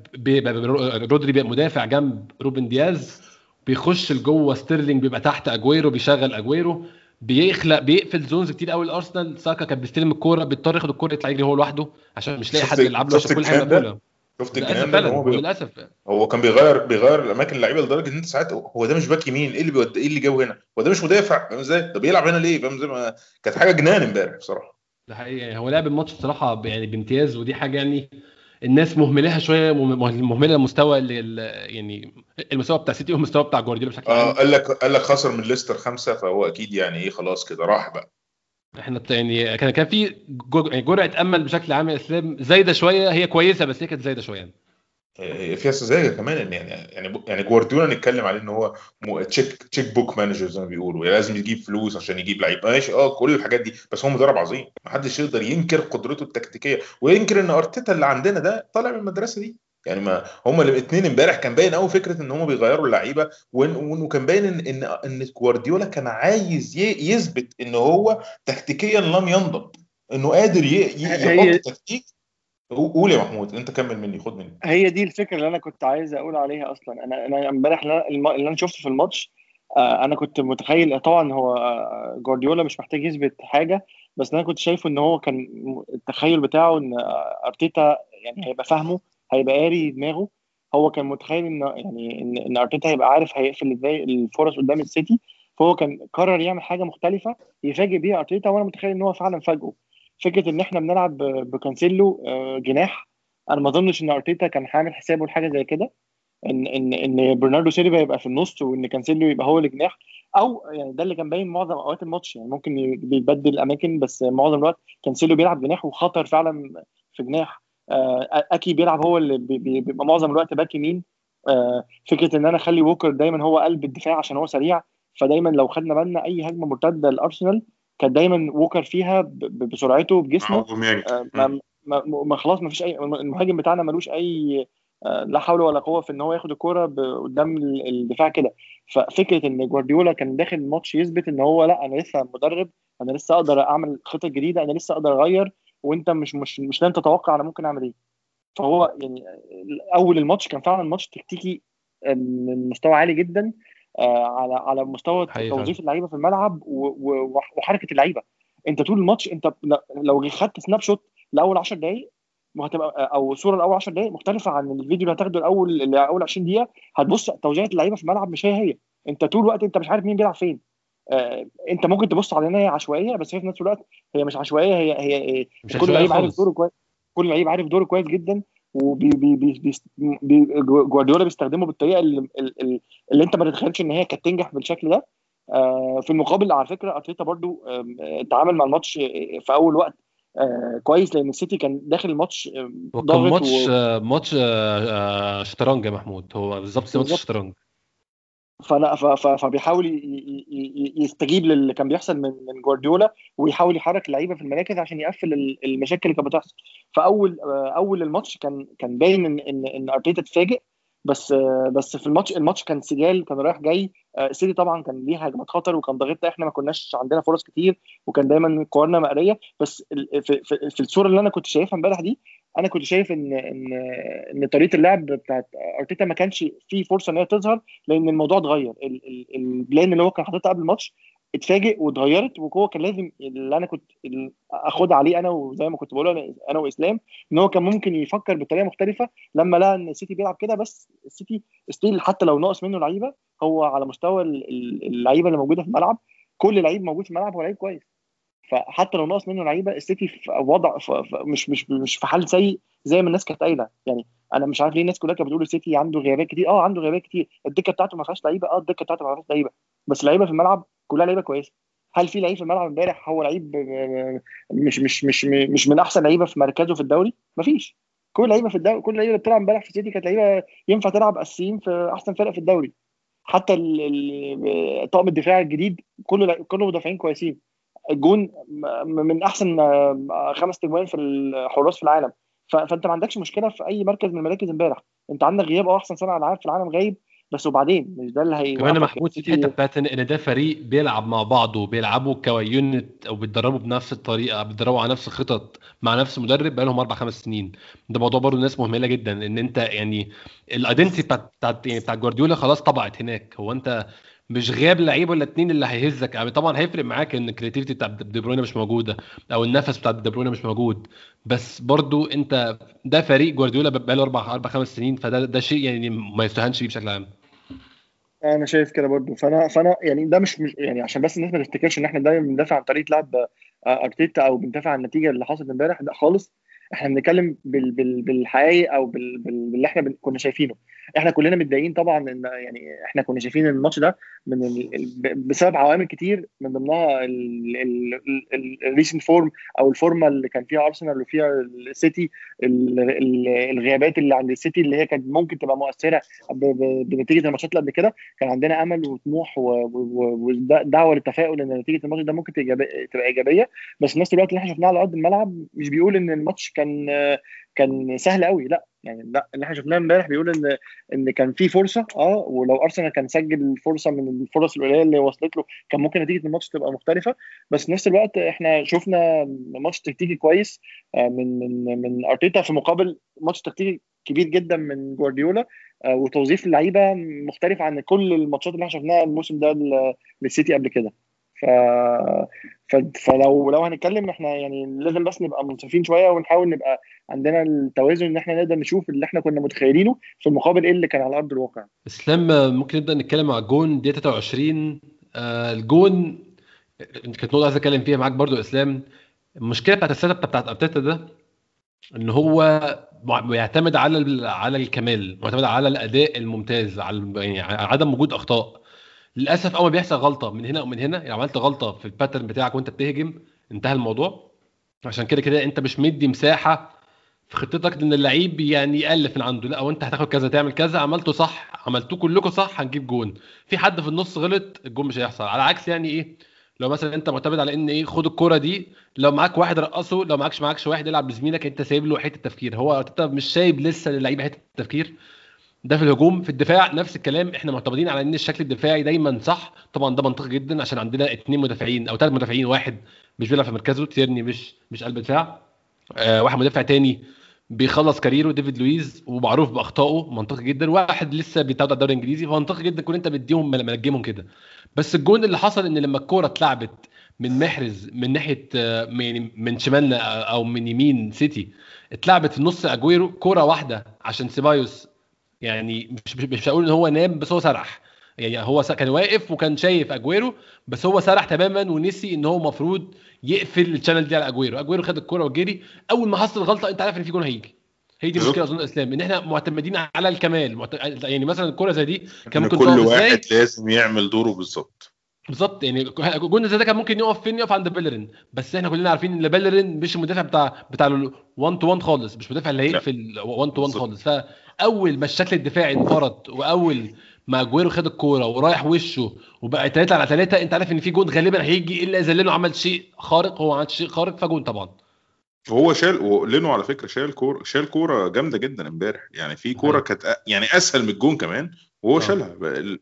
رودري بيبقى مدافع جنب روبن دياز، بيخش لجوه ستيرلينج بيبقى تحت اجويرو بيشغل اجويرو، بيقفل زونز كتير قوي الارسنال. ساكا كان بيستلم الكوره بيضطر ياخد الكوره يطلع يجري هو لوحده عشان مش لاقي حد يلعب له عشان شفت كل حاجه الجنان ده، مقفوله. شفت للاسف الجنان ده ان فعلا هو للاسف. هو كان بيغير الاماكن اللعيبه لدرجه ان انت ساعات هو ده مش باك يمين، ايه اللي ايه اللي جابه هنا، هو ده مش مدافع، فاهم ازاي، ده بيلعب هنا ليه، فاهم ازاي، كانت حاجه جنان امبارح بصراحه. ده حقيقي، يعني هو لعب الماتش بصراحه يعني بامتياز، ودي حاجه يعني الناس مهملها شويه، مهمله المستوى يعني المستوى بتاع سيتي والمستوى بتاع جوارديولا بشكل اه عام. قال لك خسر من ليستر 5، فهو اكيد يعني ايه خلاص كده راح بقى. احنا يعني كان في يعني جرعه امل بشكل عام يا اسلام زايده شويه، هي كويسه بس هي كانت زايده شويه يعني. فيها سذاجه كمان، ان يعني جوارديولا نتكلم عليه ان هو تشيك بوك مانجر زي ما بيقولوا، يعني لازم يجيب فلوس عشان يجيب لعيب ماشي، كل الحاجات دي، بس هو مدرب عظيم، محدش يقدر ينكر قدرته التكتيكيه، وينكر ان ارتيتا اللي عندنا ده طالع من المدرسه دي. يعني ما هما الاثنين امبارح كان باين قوي فكره ان هما بيغيروا اللعيبه، وكان باين ان جوارديولا كان عايز يثبت ان هو تكتيكيا لم ينضب، انه قادر يحط هي تكتيك. قول يا محمود، انت كمل مني، خد مني. هي دي الفكره اللي انا كنت عايز اقول عليها اصلا. انا امبارح اللي انا شفته في الماتش، انا كنت متخيل طبعا هو جوارديولا مش محتاج يثبت حاجه، بس انا كنت شايفه ان هو كان التخيل بتاعه ان ارتيتا يعني هيبقى فاهمه، هيبقى قاري دماغه. هو كان متخيل ان يعني ان ارتيتا هيبقى عارف هيقفل ازاي الفرص قدام السيتي، فهو كان قرر يعمل حاجه مختلفه يفاجئ بيها ارتيتا، وانا متخيل ان هو فعلا فاجئه. فكره ان احنا بنلعب بكانسيلو جناح، انا ما اظنش ان ارتيتا كان عامل حسابه لحاجه زي كده، ان برناردو سيلفا يبقى في النص وان كانسيلو يبقى هو الجناح، او يعني ده اللي كان باين معظم اوقات الماتش، يعني ممكن بيبدل الاماكن بس معظم الوقت كانسيلو بيلعب جناح وخطر فعلا في جناح. اكي بيلعب هو اللي بيبقى معظم الوقت باك يمين. فكره ان انا اخلي ووكر دايما هو قلب الدفاع عشان هو سريع، فدايما لو خدنا بالنا اي هجمه مرتده لارسنال كان دايما ووكر فيها بسرعته مع بجسمه. اوباميانج. آه، ما خلاص ما فيش اي، المهاجم بتاعنا ملوش اي لا حول ولا قوه في ان هو ياخد الكوره قدام الدفاع كده. ففكره ان جوارديولا كان داخل الماتش يثبت ان هو لا انا لسه مدرب، انا لسه اقدر اعمل خطط جديده، انا لسه اقدر اغير، وانت مش لن تتوقع انا ممكن اعمل ايه. فهو يعني اول الماتش كان فعلا ماتش تكتيكي من مستوى عالي جدا، على مستوى حقيقي فعلا. توظيف اللعيبه في الملعب وحركه اللعيبه. انت طول الماتش انت لو خدت سناب شوت لاول 10 دقائق وهتبقى او صوره لاول 10 دقائق مختلفه عن الفيديو اللي هتاخده اول 20 دقيقه. هتبص توزيع اللعيبه في الملعب مش هي. انت طول الوقت انت مش عارف مين بيلعب فين. انت ممكن تبص على ان هي عشوائيه، بس هي في نفس الوقت هي مش عشوائيه، هي مش كل عشوائيه لعيب عارف دوره خالص. كويس. كل لعيب عارف دوره كويس جدا، وبي بي بي بي بي جوارديولا بيستخدمه بالطريقه اللي انت ما تتخيلش ان هي كانت تنجح بالشكل ده. في المقابل على فكره ارتيتا برضو تعامل مع الماتش في اول وقت كويس، لان السيتي كان داخل الماتش وكان ضاغط ماتش شطرنج يا محمود، هو بالظبط زي ماتش بالظبط. الشطرنج. فبيحاول يستجيب للي كان بيحصل من جوارديولا، ويحاول يحرك اللعيبه في المراكز عشان يقفل المشاكل اللي كانت بتحصل. فاول الماتش كان باين ان ارتيتا اتفاجئ. بس في الماتش كان سجال، كان رايح جاي. السيتي طبعا كان ليه هجمات خطر وكان ضاغطنا، احنا ما كناش عندنا فرص كتير، وكان دايما كورنا مقريه. بس في الصوره اللي انا كنت شايفها امبارح دي، انا كنت شايف ان طريقه اللعب بتاعت ارتيتا ما كانش فيه فرصه ان هي تظهر، لان الموضوع اتغير. البلان اللي هو كان حاططها قبل الماتش اتفاجئ واتغيرت، وهو كان لازم اللي انا كنت اخد عليه انا، وزي ما كنت بقول انا واسلام، ان هو كان ممكن يفكر بطريقه مختلفه لما لقى ان السيتي بيلعب كده. بس السيتي ستيل حتى لو ناقص منه لعيبه، هو على مستوى اللعيبه اللي موجوده في الملعب، كل لعيب موجود في الملعب هو لعيب كويس. فحتى لو ناقص منه لعيبه، السيتي في وضع مش في حال سيء زي ما الناس كانت قايله يعني. انا مش عارف ليه الناس كلها كانت بتقول السيتي عنده غيابات كتير. عنده غيابات كتير، الدكه بتاعته ما فيهاش لعيبه. الدكه بتاعته ما فيهاش لعيبه، بس اللعيبه في الملعب كلها لعيبه كويسه. هل في لعيب في الملعب امبارح هو لعيب مش من احسن لعيبه في مركزه في الدوري؟ مفيش. كل لعيبه في الدوري، كل لعيبه اللي بتلعب امبارح في السيتي كانت لعيبه ينفع تلعب اساسيين في احسن فرق في الدوري. حتى طاقم الدفاع الجديد كله مدافعين كويسين. الجون من احسن 5 تجوان في الحراس في العالم. فانت ما عندكش مشكله في اي مركز من المراكز امبارح. انت عندك غياب احسن صانع العاب في العالم غايب، بس وبعدين مش ده اللي كمان يا هيوقفك محمود، في الحته السيتي. بتاعت ان ده فريق بيلعب مع بعضه وبيلعبوا كيونت او بيتدربوا بنفس الطريقه، بيتدربوا على نفس الخطط مع نفس المدرب بقالهم 4 5 سنين. ده موضوع برضه الناس مهمله جدا، ان انت يعني الايدنتي بتاعت جوارديولا خلاص طبعت هناك. هو انت مش غياب لعيب ولا اتنين اللي هيهزك يعني. طبعا هيفرق معاك ان الكرياتيفيتي بتاع دي بروين مش موجوده، او النفس بتاع دي بروين مش موجود، بس برضو انت ده فريق جوارديولا بقاله 4 5 سنين، فده شيء يعني ما يستهانش بيه بشكل عام. انا شايف كده برضو. فانا يعني ده مش يعني عشان بس الناس ما تفتكرش ان احنا دايما بندافع عن طريقه لعب ارتيتا، او بندافع عن النتيجه اللي حصلت امبارح ده خالص. احنا بنتكلم بالحقائق، او باللي احنا كنا شايفينه. احنا كلنا متضايقين طبعا، ان يعني احنا كنا شايفين الماتش ده بسبب عوامل كتير، من ضمنها الريسنت فورم، او الفورمه اللي كان فيها ارسنال وفيها السيتي. الغيابات اللي عند السيتي اللي هي كانت ممكن تبقى مؤثره بنتيجه الماتشات اللي قبل كده. كان عندنا امل وطموح ودعوه للتفاؤل ان نتيجه الماتش ده ممكن تبقى ايجابيه. بس نفس الوقت اللي احنا شفناه على ارض الملعب مش بيقول ان الماتش كان سهل قوي. لا يعني، لا، اللي احنا شفناه امبارح بيقول ان كان في فرصه. ولو ارسنال كان سجل فرصه من الفرص القليله اللي وصلت له، كان ممكن نتيجه الماتش تبقى مختلفه. بس في نفس الوقت احنا شفنا ماتش تكتيكي كويس من ارتيتا، في مقابل ماتش تكتيكي كبير جدا من جوارديولا. وتوظيف اللعيبه مختلف عن كل الماتشات اللي احنا شفناها الموسم ده للسيتي قبل كده. ف... فلو هنتكلم احنا يعني لازم بس نبقى منصفين شويه، ونحاول نبقى عندنا التوازن ان احنا نقدر نشوف اللي احنا كنا متخيلينه في المقابل ايه اللي كان على ارض الواقع. اسلام، ممكن نبدا نتكلم على الجون دي 23. الجون كانت نقطه عايز اتكلم فيها معاك برضو اسلام. المشكله بتاعت السيت اب بتاعت ارتيتا ده، ان هو بيعتمد على الكمال، معتمد على الاداء الممتاز، على يعني عدم وجود اخطاء. للاسف اول ما بيحصل غلطه من هنا ومن هنا، يعني عملت غلطه في الباترن بتاعك وانت بتهجم، انتهى الموضوع. عشان كده كده انت مش مدي مساحه في خطتك ان اللعيب يعني يالف من عنده. لا، وانت هتاخد كذا تعمل كذا، عملته صح، عملتوه كلكم صح، هنجيب جون. في حد في النص غلط، الجون مش هيحصل. على عكس يعني ايه، لو مثلا انت معتمد على ان ايه، خد الكرة دي، لو معاك واحد رقصه، لو معكش واحد يلعب بزميلك، انت سايب له حته تفكير. هو ارتيتا مش سايب لسه للعيبه حته التفكير ده في الهجوم. في الدفاع نفس الكلام، احنا معتمدين على ان الشكل الدفاعي دايما صح. طبعا ده منطقي جدا عشان عندنا 2 مدافعين او 3 مدافعين، واحد مش بيلعب في مركزه، تيرني مش قلب دفاع، واحد مدافع تاني بيخلص كاريره ديفيد لويز ومعروف باخطائه، منطقي جدا. واحد لسه بيتعود على الدوري الانجليزي، فمنطقي جدا كون انت مديهم منجمهم كده. بس الجون اللي حصل ان لما الكوره اتلعبت من محرز من ناحيه من شمالنا او من يمين سيتي، اتلعبت في نص اجويرو كوره واحده عشان سيبايوس، يعني مش هقول ان هو نام، بس هو سرح. يعني هو كان واقف وكان شايف اجويرو، بس هو سرح تماما ونسي ان هو المفروض يقفل الشانل دي على اجويرو خد الكوره وجري. اول ما حصل الغلطه انت عارف ان في جون هيجي. هي دي مشكله اظن اسلام، ان احنا معتمدين على الكمال. يعني مثلا الكوره زي دي كان ان ممكن كل تقف واحد ازاي لازم يعمل دوره بالظبط. بالظبط. يعني جون زي ده كان ممكن يقف فين؟ يقف عند بيلرين. بس احنا كلنا عارفين ان بيلرين مش المدافع بتاع ال 1 تو 1 خالص، مش مدافع اللي لا هيقفل 1 تو 1 بالظبط. خالص. فاول ما الشكل الدفاعي انفرط، واول ما اجويرو خد الكوره ورايح وشه وبقى 3 على 3، انت عارف ان في جون غالبا هيجي الا اذا لينو عمل شيء خارق. هو عمل شيء خارق فجون طبعا. وهو لينو على فكره شال كوره جامده جدا امبارح، يعني في كوره صحيح. كانت يعني اسهل من الجون كمان وهو اه شالها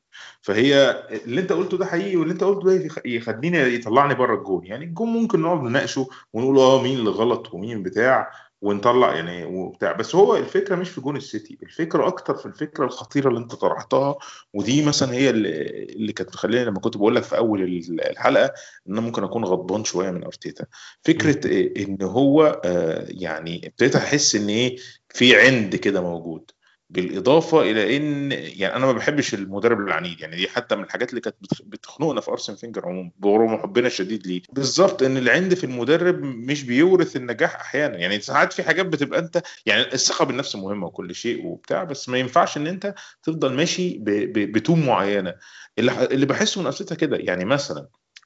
فهي اللي انت قلته ده حقيقي، واللي انت قلته ده يخليني يطلعني بره الجون. يعني الجون ممكن نقعد نناقشه ونقول مين اللي غلط ومين بتاع ونطلع يعني وبتاع، بس هو الفكره مش في جون السيتي، الفكره اكتر في الفكره الخطيره اللي انت طرحتها. ودي مثلا هي اللي كانت مخليني لما كنت بقول لك في اول الحلقه ان انا ممكن اكون غضبان شويه من ارتيتا. فكره ان هو يعني ابتديت احس ان ايه، في عند كده موجود. بالاضافه الى ان يعني انا ما بحبش المدرب العنيد، يعني دي حتى من الحاجات اللي كانت بتخنقنا في ارسن فينجر عموما برغم حبنا الشديد ليه. بالظبط، ان العند في المدرب مش بيورث النجاح احيانا. يعني ساعات في حاجات بتبقى انت يعني الثقه بالنفس مهمه وكل شيء وبتاع، بس ما ينفعش ان انت تفضل ماشي بتون معينه. اللي بحسه من ارتيتا كده، يعني مثلا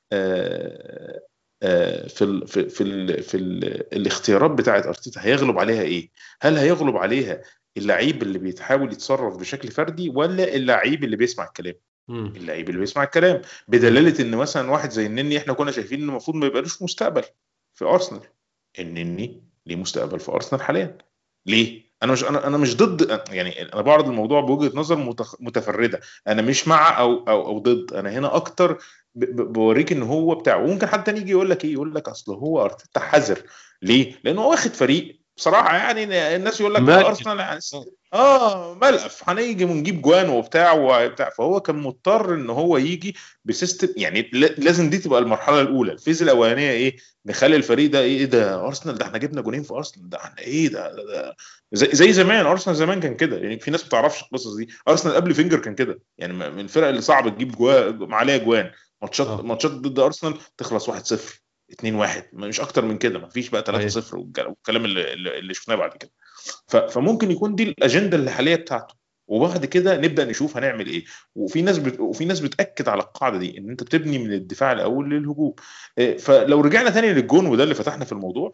آه، الاختيارات بتاعت ارتيتا هيغلب عليها ايه؟ هل هيغلب عليها اللعيب اللي بيتحاول يتصرف بشكل فردي، ولا اللعيب اللي بيسمع الكلام؟ امم اللعيب اللي بيسمع الكلام، بدلاله ان مثلا واحد زي النني احنا كنا شايفين انه المفروض ما يبقالوش مستقبل في ارسنال. النني ليه مستقبل في ارسنال حاليا. ليه؟ انا مش ضد، يعني انا بعرض الموضوع بوجهة نظر متفردة. انا مش مع او ضد، انا هنا اكتر بوريك ان هو بتاع. وممكن حد تاني يجي يقول لك ايه، يقول لك اصل هو ارتيتا حذر. ليه؟ لانه هو واخد فريق بصراحة، يعني الناس يقول لك مركز. ارسنال يعني ملقف هنيجي ونجيب جوان وبتاع. فهو كان مضطر ان هو يجي بسيستم. يعني لازم دي تبقى المرحلة الاولى، الفيز الاولانية ايه، نخلي الفريق ده ايه ده ارسنال، ده احنا جبنا جونين في ارسنال، ده احنا ايه ده زي زمان. ارسنال زمان كان كده، يعني في ناس ما تعرفش القصص دي. ارسنال قبل فينجر كان كده، يعني من الفرق اللي صعب تجيب عليها جوان. ماتشات اه ماتشات ضد ارسنال تخلص 1-0 2-1 مش اكتر من كده، ما فيش بقى صحيح. 3-0 والكلام اللي شفناه بعد كده. فممكن يكون دي الاجنده الحاليه بتاعته، وبعد كده نبدا نشوف هنعمل ايه. وفي ناس بتاكد على القاعده دي، ان انت بتبني من الدفاع الاول للهجوم. فلو رجعنا تاني للجون، وده اللي فتحنا في الموضوع،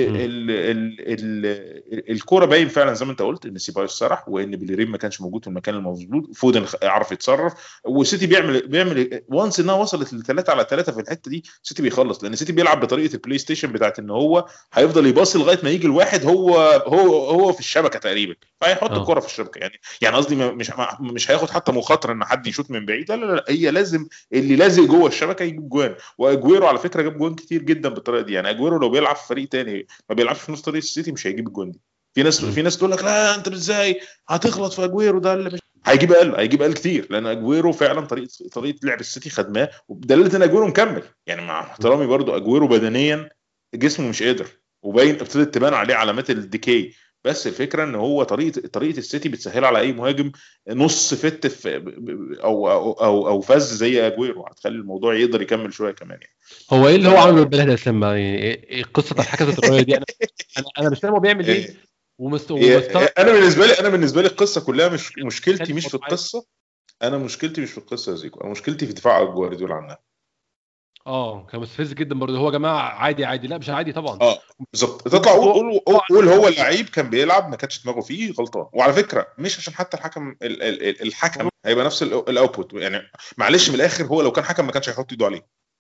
الكوره باين فعلا زي ما انت قلت ان سيبايوس سرح، وان بيليرين ما كانش موجود في المكان المظبوط، فودن يعرف يتصرف. وسيتي بيعمل وانس انها وصلت ل3 على 3 في الحته دي، سيتي بيخلص، لان سيتي بيلعب بطريقه البلاي ستيشن بتاعت ان هو هيفضل يباصي لغايه ما يجي الواحد هو في الشبكه تقريبا، فهيحط اه الكره في الشبكه. يعني قصدي مش هياخد حتى مخاطره ان حد يشوط من بعيد. لا، هي لازم اللي لازق جوه الشبكه يجيب جوان. واجويرو على فكره جاب جوان كتير جدا بالطريقه دي. يعني اجويرو لو بيلعب في فريق تاني ما بيلعبش في نفس طريقه السيتي مش هيجيب الجوان دي. في ناس تقول لك لا انت ازاي هتغلط في اجويرو، ده اللي مش هيجيب كتير، لان اجويرو فعلا طريقه لعب السيتي خدماه، وبدلاله ان اجويرو مكمل. يعني مع احترامي برضو اجويرو بدنيا جسمه مش قادر، وباين ابتدت تبان عليه علامات الديكي. بس الفكره ان هو طريقه السيتي بتسهل على اي مهاجم نص فت في او فز زي اجويرو، هتخلي الموضوع يقدر يكمل شويه كمان يعني. هو ايه ف اللي هو عامله بالبلد يا اسلام بقى؟ يعني إيه القصه بتاعت الحكم التكراريه دي؟ انا مش فاهم هو بيعمل ايه. ومستغرب انا بالنسبه لي القصه كلها مش خلي مشكلتي مش في الموضوع عادي. القصه. انا مشكلتي مش في القصه يا زيكو، انا مشكلتي في دفاع جوارديولا عنها. كان مستفز جدا برضه. هو يا جماعه عادي عادي؟ لا مش عادي طبعا. بالظبط، تطلع وهو قول هو اللعيب كان بيلعب ما كانش دماغه فيه غلطان. وعلى فكره مش عشان حتى الحكم هيبقى نفس الاوتبوت يعني. معلش من الاخر، هو لو كان حكم ما كانش هيحط ايده عليه.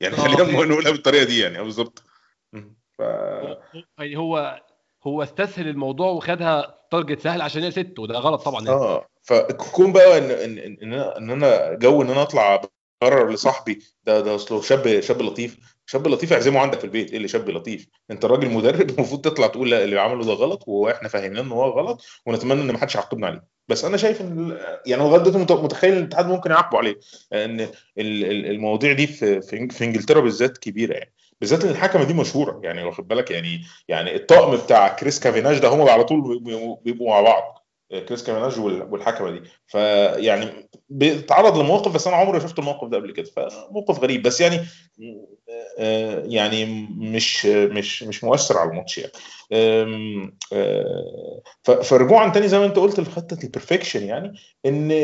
يعني خلينا نقولها بالطريقه دي يعني بالظبط. ف يعني هو استسهل الموضوع وخدها تارجت سهل عشان هي ست، وده غلط طبعا يعني. فكون بقى ان انا جو ان انا اطلع اقرر لصاحبي ده اصله شاب لطيف، شاب لطيف اعزمه عندك في البيت. ايه اللي شاب لطيف؟ انت راجل مدرب المفروض تطلع تقول لا اللي عمله ده غلط واحنا فاهمين ان هو غلط ونتمنى ان ما حدش يعاقبنا عليه. بس انا شايف ان يعني لغايه دلوقتي متخيل الاتحاد ممكن يعاقبه عليه، ان المواضيع دي في انجلترا بالذات كبيره يعني، بالذات ان الحكمه دي مشهوره يعني واخد بالك يعني الطقم بتاع كريس كافيناج ده هم على طول بيبقوا مع بعض، كريس كافيناج والحكمه دي. فيعني بيتعرض لمواقف، بس انا عمري ما شفت الموقف ده قبل كده، فموقف غريب بس يعني يعني مش مؤثر على الماتش يعني. فرجوعا تاني زي ما انت قلت لخطه البرفكشن، يعني ان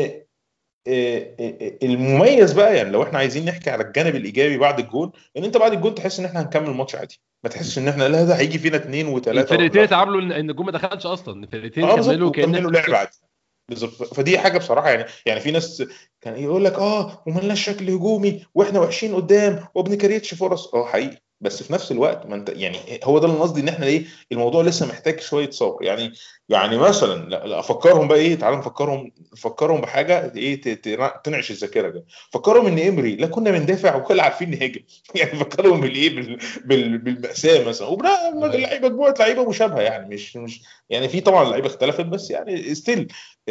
المميز بقى يعني لو احنا عايزين نحكي على الجانب الايجابي بعد الجول، ان انت بعد الجول تحس ان احنا هنكمل الماتش عادي، ما تحسش ان احنا لا ده هيجي فينا 2 و3. الفرقتين اتعاملوا ان الجون ما دخلش اصلا، الفرقتين بالظبط، كملوا كأن وكملوا لعب عادي بالظبط. فدي حاجه بصراحه يعني في ناس كان يقول لك وملناش شكل هجومي واحنا وحشين قدام وبنكريتش فرص، حقيقي. بس في نفس الوقت ما انت يعني هو ده اللي قصدي، ان احنا ايه الموضوع لسه محتاج شويه صبر يعني مثلا لا افكرهم بقى ايه، تعالوا نفكرهم بحاجه ايه تنعش الذاكره ده. فكرهم ان امري لا كنا بندافع وكل عارفين نهاجم يعني فكرهم بالايه بالمأساة مثلا، مجموعه لعيبه مشابهه يعني مش يعني في طبعا اللعيبه اختلفت بس يعني ستيل.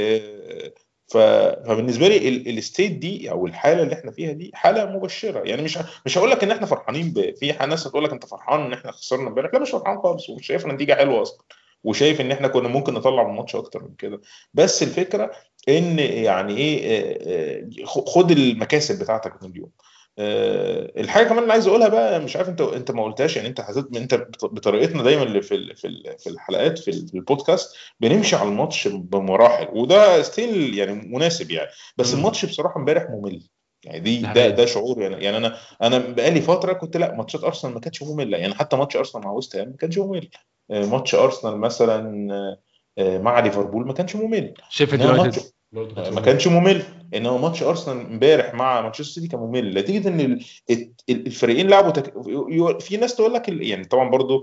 فبالنسبه لي الستيت دي او الحاله اللي احنا فيها دي حاله مبشره يعني. مش هقول لك ان احنا فرحانين في ناس هتقول لك انت فرحان ان احنا خسرنا امبارح، لا مش فرحان خالص، ومش شايف نتيجه حلوه اصلا، وشايف ان احنا كنا ممكن نطلع من الماتش اكتر من كده. بس الفكره ان يعني ايه، خد المكاسب بتاعتك من اليوم. الحاجه كمان اللي عايز اقولها بقى، مش عارف انت ما قلتهاش يعني، انت حسيت انت بطريقتنا دايما اللي في الحلقات في البودكاست بنمشي على الماتش بمراحل، وده ستيل يعني مناسب يعني. بس الماتش بصراحه امبارح ممل يعني، ده شعور يعني انا بقالي فتره كنت لا ماتشات ارسنال ما كانتش ممله يعني، حتى ماتش ارسنال مع ويست هام ما كانش ممل. ماتش ارسنال مثلا مع ليفربول ما كانش ممل. شيفيلد انما يونايتد ماتش ما كانش ممل. انما ماتش ارسنال امبارح مع مانشستر سيتي كان ممل نتيجه ان الفريقين لعبوا في ناس تقول لك يعني طبعا برضو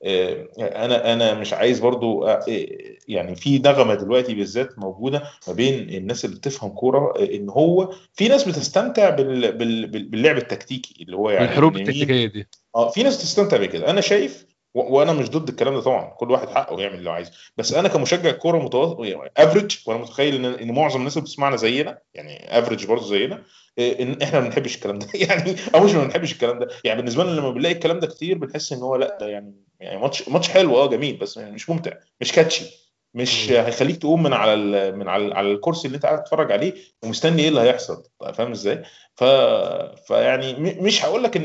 انا مش عايز برضو يعني في نغمه دلوقتي بالذات موجوده ما بين الناس اللي بتفهم كوره، ان هو في ناس بتستمتع باللعب التكتيكي اللي هو يعني الحروب ان مين. التكتيكيه دي في ناس تستمتع بكده، انا شايف وانا مش ضد الكلام ده طبعا، كل واحد حقه يعمل اللي عايزه. بس انا كمشجع كوره متوسط يعني افريج، وانا متخيل ان معظم الناس اللي بتسمعنا زينا يعني افريج برضه زينا، ان احنا ما بنحبش الكلام ده يعني، او مش ما بنحبش الكلام ده يعني، بالنسبه لنا لما بنلاقي الكلام ده كتير بنحس ان هو لا ده يعني ماتش حلو جميل، بس مش ممتع، مش كاتشي، مش هيخليك تقوم على الكرسي اللي انت قاعد تتفرج عليه ومستني ايه اللي هيحصل. فاهم ازاي؟ ف فيعني مش هقول لك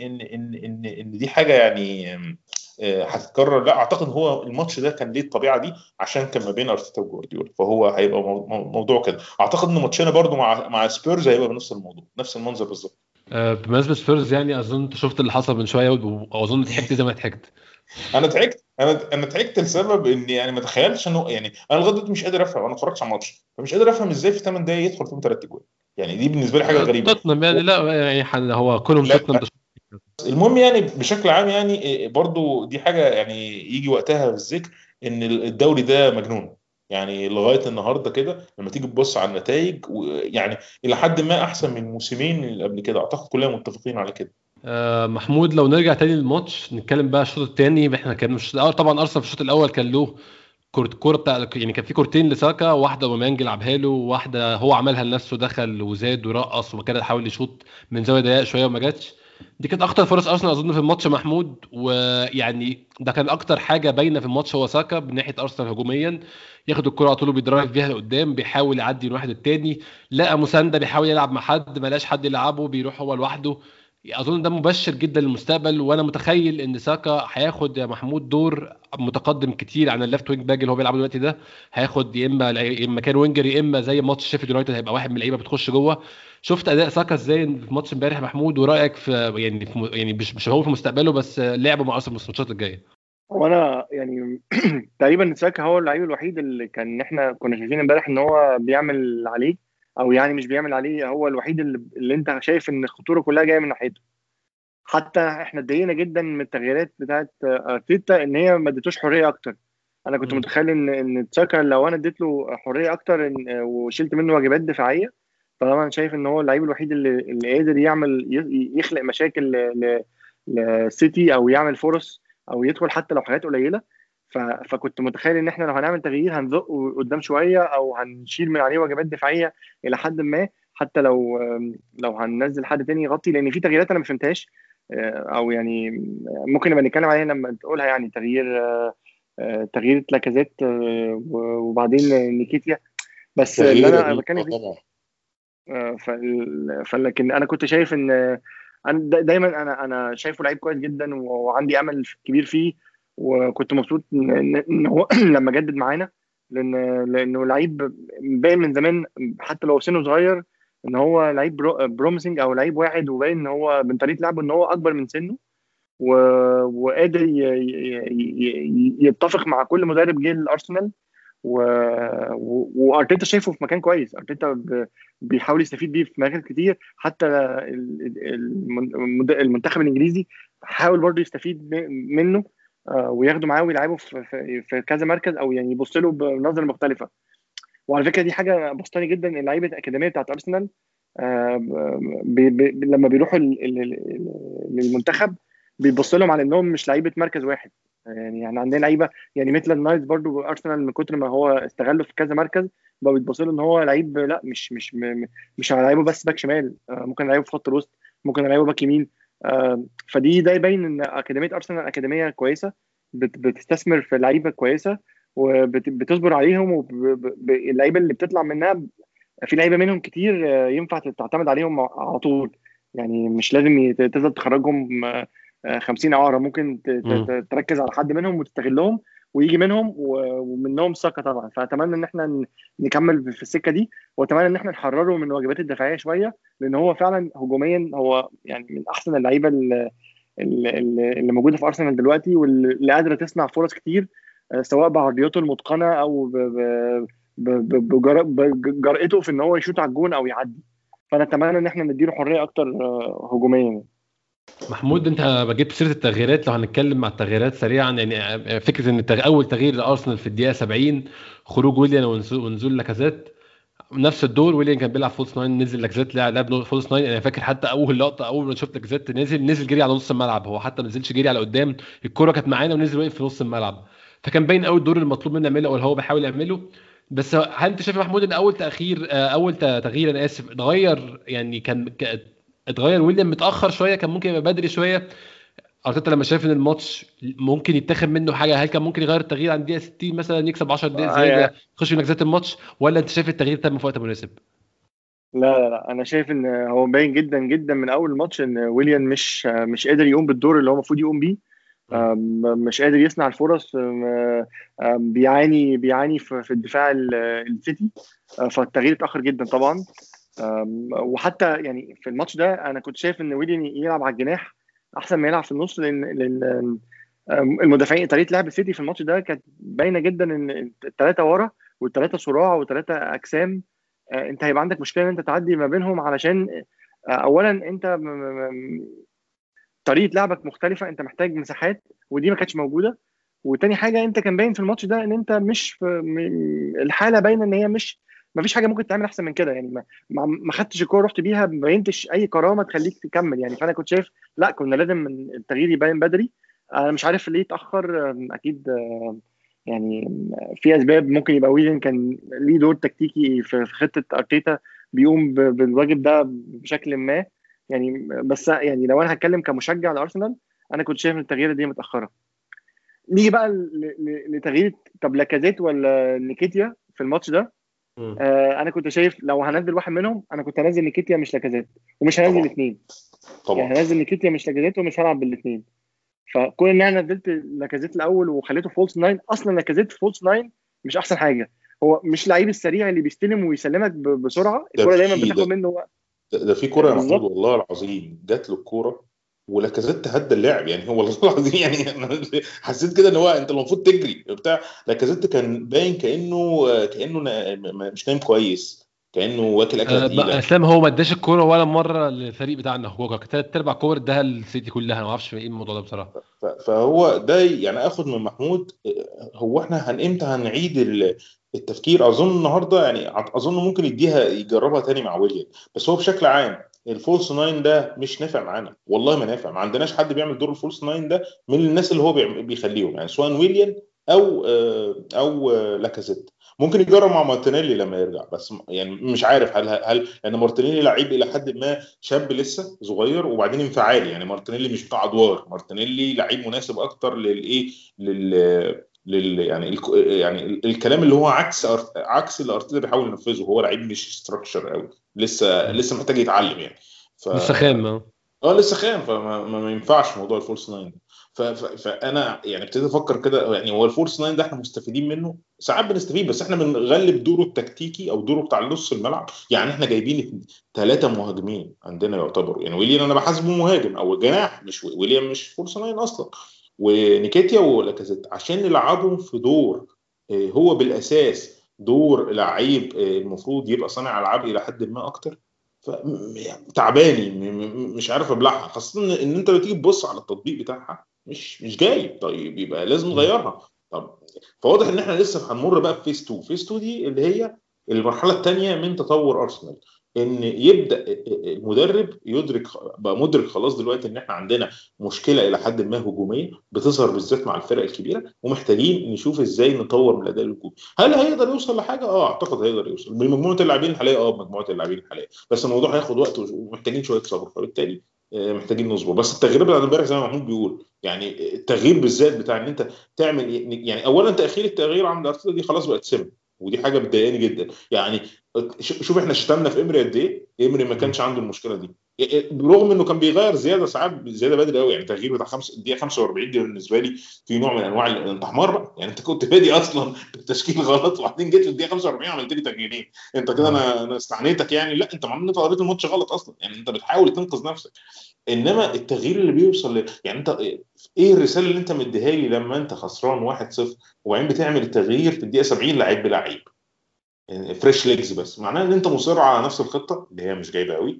ان دي حاجه يعني هتتكرر، لا اعتقد هو الماتش ده كان ليه الطبيعه دي عشان كان ما بين ارتيتا وجوارديولا، فهو هيبقى موضوع كده. اعتقد ان ماتشنا برضو مع سبيرز هيبقى بنفس الموضوع، نفس المنظر بالظبط. بمناسبه سبيرز يعني اظن انت شفت اللي حصل من شويه، واظن ضحكت زي ما ضحكت. انا ضحكت لسبب ان يعني ما تخيلش انه يعني انا لغايه دلوقتي مش قادر افهم، انا ما اتفرجتش على الماتش فمش قادر افهم ازاي في 8 دقايق يدخل فيهم 3 جوان يعني، دي بالنسبه لي حاجه غريبه. توتنهام يعني لا يعني هو كلهم توتنهام لا المهم يعني بشكل عام يعني برضو دي حاجة يعني يجي وقتها في الذكر، ان الدوري ده مجنون يعني لغاية النهاردة كده لما تيجي تبص على النتائج يعني إلى حد ما أحسن من الموسمين اللي قبل كده، أعتقد كلنا متفقين على كده. محمود لو نرجع تاني للماتش نتكلم بقى الشوط الثاني، احنا كان الشوط الاول طبعا ارسنال في الشوط الاول كان له كوره بتاع يعني، كان في كورتين لساكا، واحده اوباميانج لعبها له، واحده هو عملها لنفسه دخل وزاد ورقص وكده حاول يشوط من زاويه ضيقه شويه وما جاتش. دي كانت اخطر فرص ارسنال اظن في الماتش محمود، ويعني ده كان اكتر حاجه باينه في الماتش هو ساكا من ناحيه ارسنال هجوميا، ياخد الكره على طول بيدرايف بيها لقدام، بيحاول يعدي من واحد التاني، لقى مسانده بيحاول يلعب مع حد ما لاش حد يلعبه بيروح هو لوحده. اظن ده مبشر جدا للمستقبل، وانا متخيل ان ساكا هياخد يا محمود دور متقدم كتير عن الليفت وينج باك اللي هو بيلعبه دلوقتي ده، هياخد يا اما كان وينجر يا اما زي ماتش شيفيلد يونايتد هيبقى واحد من اللعيبه بتخش جوه. شفت اداء ساكا ازاي في ماتش امبارح محمود، ورايك في يعني مش هو في مستقبله بس لعبه مع ارسنال في الماتشات الجايه؟ وانا يعني تقريبا ساكا هو اللعيب الوحيد اللي احنا كنا شايفين امبارح ان هو بيعمل عليه، او يعني مش بيعمل عليه، هو الوحيد اللي انت شايف ان الخطوره كلها جايه من ناحيته. حتى احنا اتضايقنا جدا من التغييرات بتاعت ارتيتا ان هي ما ادتوش حريه اكتر. انا كنت متخيل ان تشاكا لو انا اديت له حريه اكتر وشلت منه واجبات دفاعيه، طالما انا شايف ان هو اللعيب الوحيد اللي قادر يعمل يخلق مشاكل للسيتي او يعمل فرص او يدخل حتى لو حاجات قليله. فكنت متخيل ان احنا لو هنعمل تغيير هنزق قدام شويه او هنشيل من عليه واجبات دفاعيه الى حد ما، حتى لو هننزل حد تاني يغطي، لان في تغييرات انا ما فهمتهاش او يعني ممكن نبقى نتكلم عليها لما تقولها. يعني تغيير لاكازيت وبعدين نيكيتيا. بس اللي تغيير انا رهيب بتكلم فيه طبعا. فلكن انا كنت شايف ان انا دايما انا شايفه لعيب كويس جدا وعندي امل كبير فيه، وكنت مبسوط إن هو لما جدد معانا، لانه لعيب باين من زمان حتى لو سنه صغير ان هو لعيب بروميسنج او لعيب واعد، وباين ان هو من طريقه لعبه ان هو اكبر من سنه وقادر يتفق مع كل مدرب جه الارسنال. وارتيتا شايفه في مكان كويس. ارتيتا بيحاول يستفيد بيه في مراكز كتير، حتى المنتخب الانجليزي حاول برضه يستفيد منه وياخده معاه ويلعبه في كذا مركز، او يعني يبص له بنظره مختلفه. وعلى فكره دي حاجه بسطاني جدا، ان لعيبه الاكاديميه بتاعت ارسنال لما بيروحوا للمنتخب بيبص لهم على انهم مش لعيبه مركز واحد. يعني عندنا لعيبه يعني مثل نايت برضو ارسنال من كتر ما هو استغله في كذا مركز بقى بيتبص له ان هو لعيب، لا مش هلاعبه بس باك شمال، ممكن العبه في خط الوسط، ممكن العبه باك يمين. ده يبين ان اكاديميه ارسنال اكاديميه كويسه بتستثمر في لعيبه كويسه وبتصبر عليهم، واللعيبه اللي بتطلع منها في لعيبه منهم كتير ينفع تعتمد عليهم على طول. يعني مش لازم تفضل تخرجهم 50 اعاره، ممكن تركز على حد منهم وتستغلهم ويجي منهم ومنهم ساكا طبعا. فاتمنى ان احنا نكمل في السكه دي، واتمنى ان احنا نحرره من الواجبات الدفاعيه شويه، لان هو فعلا هجوميا هو يعني من احسن اللعيبه اللي موجوده في ارسنال دلوقتي، واللي قادره تصنع فرص كتير سواء بعرضياته المتقنه او بجرأته في ان هو يشوط على الجون او يعدي. فانا اتمنى ان احنا نديله حريه اكتر هجوميا. محمود، انت جبت سيره التغييرات. لو هنتكلم مع التغييرات سريعا، يعني فكره ان اول تغيير لارسنال في الدقيقه 70 خروج ويليان ونزول لاكازيت. نفس الدور ويليان كان بيلعب فولس 9، نزل لاكازيت لعب فولس 9. انا فاكر حتى اول لقطه اول ما شفت لاكازيت نزل جري على نص الملعب، هو حتى ما نزلش جري على قدام، الكره كانت معانا ونزل واقف في نص الملعب. فكان باين قوي الدور المطلوب منه يعمله او اللي هو بيحاول يعمله. بس هل انت شايف يا محمود ان اول تاخير تغيير، انا اسف، اتغير يعني اتغير ويليام متاخر شويه، كان ممكن يبقى بدري شويه؟ ارتيتا لما شايف ان الماتش ممكن يتاخد منه حاجه، هل كان ممكن يغير التغيير عند دقيقه 60 مثلا، يكسب 10 دقائق زياده يخش في نجزات الماتش؟ ولا انت شايف التغيير تم في وقت مناسب؟ لا انا شايف ان هو باين جدا جدا من اول الماتش ان ويليان مش قادر يقوم بالدور اللي هو المفروض يقوم بيه. مش قادر يصنع الفرص، بيعاني في الدفاع السيتي. فالتغيير اتاخر جدا طبعا. وحتى يعني في الماتش ده انا كنت شايف ان ويليان يلعب على الجناح احسن ما يلعب في النص، لان المدافعين طريقه لعب السيتي في الماتش ده كانت باينه جدا ان الثلاثه ورا والثلاثه صراع والثلاثه اجسام. انت هيبقى عندك مشكله ان انت تعدي ما بينهم، علشان اولا انت طريقه لعبك مختلفه، انت محتاج مساحات ودي ما كانتش موجوده. وتاني حاجه انت كان باين في الماتش ده ان انت مش الحاله باينه ان هي مش ما فيش حاجه ممكن تعمل احسن من كده. يعني ما خدتش الكوره رحت بيها، ما بينتش اي كرامه تخليك تكمل. يعني فانا كنت شايف لا كنا لازم التغيير يبين بدري. انا مش عارف ليه اتاخر. اكيد يعني في اسباب. ممكن يبقى ويليان كان ليه دور تكتيكي في خطه ارتيتا بيقوم بالواجب ده بشكل ما. يعني بس يعني لو انا هتكلم كمشجع لارسنال، انا كنت شايف ان التغيير دي متاخره. نيجي بقى لتغيير طب لاكازيت ولا نيكيتيا في الماتش ده. انا كنت شايف لو هنزل واحد منهم انا كنت هنزل نيكيتيا مش لاكازيت، ومش هنزل طبعا اثنين. طبعا. يعني هنزل نيكيتيا مش لاكازيت ومش هلعب بالاثنين. فكون ان انا نزلت لاكازيت الاول وخليته فولس 9، اصلا لاكازيت فولس 9 مش احسن حاجه. هو مش لعيب السريع اللي بيستلم ويسلمك بسرعه، ده الكره دايما في بتاخد منه وقت. ده في كوره يا محمود بالظبط. والله العظيم جات له الكوره ولاكازيت هدى اللعب، يعني هو والله العظيم يعني انا حسيت كده ان هو انت المفروض تجري بتاع. لاكازيت كان باين كانه مش نايم كويس، كانه واكل اكله تقيله. اسلام هو ما اداش الكوره ولا مره للفريق بتاعنا، هو كان 3/4 كور اداها السيتي كلها. ما اعرفش ايه الموضوع ده بصراحه. فهو ده يعني اخد من محمود. هو احنا امتى هنعيد التفكير؟ اظن النهارده يعني اظن ممكن يجربها تاني مع ويليام. بس هو بشكل عام الفولس ناين ده مش نافع معانا، والله ما نافع. ما عندناش حد بيعمل دور الفولس ناين ده من الناس اللي هو بيخليهم، يعني سواء ويليام او لاكازيت. ممكن يجرب مع مارتينيلي لما يرجع، بس يعني مش عارف هل لان مارتينيلي لعيب الى حد ما شاب لسه صغير، وبعدين انفعالي. يعني مارتينيلي مش بتاع ادوار، مارتينيلي لعيب مناسب اكتر للايه يعني يعني الكلام اللي هو عكس اللي ارتيتا بيحاول ينفذه. هو لعيب مش ستراكشر قوي، لسه محتاج يتعلم يعني. ف لسه خام لسه خام، فما ينفعش موضوع الفولس ناين ده. فانا يعني ابتديت افكر كده، يعني هو الفولس ناين ده احنا مستفيدين منه ساعات، بنستفيد، بس احنا بنغلب دوره التكتيكي او دوره بتاع نص الملعب. يعني احنا جايبين 3 مهاجمين عندنا يعتبروا، يعني ويليام انا بحاسبه مهاجم او جناح، مش ويليام مش فولس ناين اصلا، ونيكيتيا ولاكازيت عشان نلعبهم في دور هو بالاساس دور لعيب المفروض يبقى صانع العاب الى حد ما اكتر. تعباني، مش عارف ابلعها، خاصه ان انت لو تيجي تبص على التطبيق بتاعها مش جاي. طيب يبقى لازم نغيرها. طب فواضح ان احنا لسه هنمر بقى في فيس 2. فيس 2 دي اللي هي المرحله الثانيه من تطور ارسنال، ان يبدا المدرب يدرك، بقى مدرك خلاص دلوقتي ان احنا عندنا مشكله الى حد ما هجوميه بتظهر بالذات مع الفرق الكبيره، ومحتاجين نشوف ازاي نطور من الاداء الهجومي. هل هيقدر يوصل لحاجه؟ اعتقد هيقدر يوصل بمجموعه اللاعبين الحاليه. بمجموعه اللاعبين الحاليه، بس الموضوع هياخد وقت ومحتاجين شويه صبر، فبالتالي محتاجين نصبر. بس التغيير بتاع امبارح زي ما محمود بيقول، يعني التغيير بالذات بتاع ان انت تعمل يعني اولا تاخير التغيير عند ارتيتا دي خلاص بقت سمه، ودي حاجه بتضايقني جدا يعني. شوف احنا شتمنا في امري قد ايه، امري ما كانش عنده المشكله دي، برغم انه كان بيغير زياده ساعات، زياده بدري قوي. يعني تغيير بتاع دقيقه 45 دي بالنسبه لي في نوع من انواع انت حمار بقى. يعني انت كنت بادي اصلا بالتشكيل غلط، وبعدين جيت في الدقيقه 45 عملت لي تغييرين. انت كده انا استعنيتك يعني؟ لا، انت معناه انت قريت الماتش غلط اصلا، يعني انت بتحاول تنقذ نفسك. انما التغيير اللي بيوصل يعني انت ايه الرساله اللي انت مديها لي لما انت خسران 1-0 وبعدين بتعمل التغيير في الدقيقه 70 لعيب بلعيب، يعني فريش ليجز؟ بس معناه ان انت مصر على نفس الخطه اللي هي مش جايبه قوي،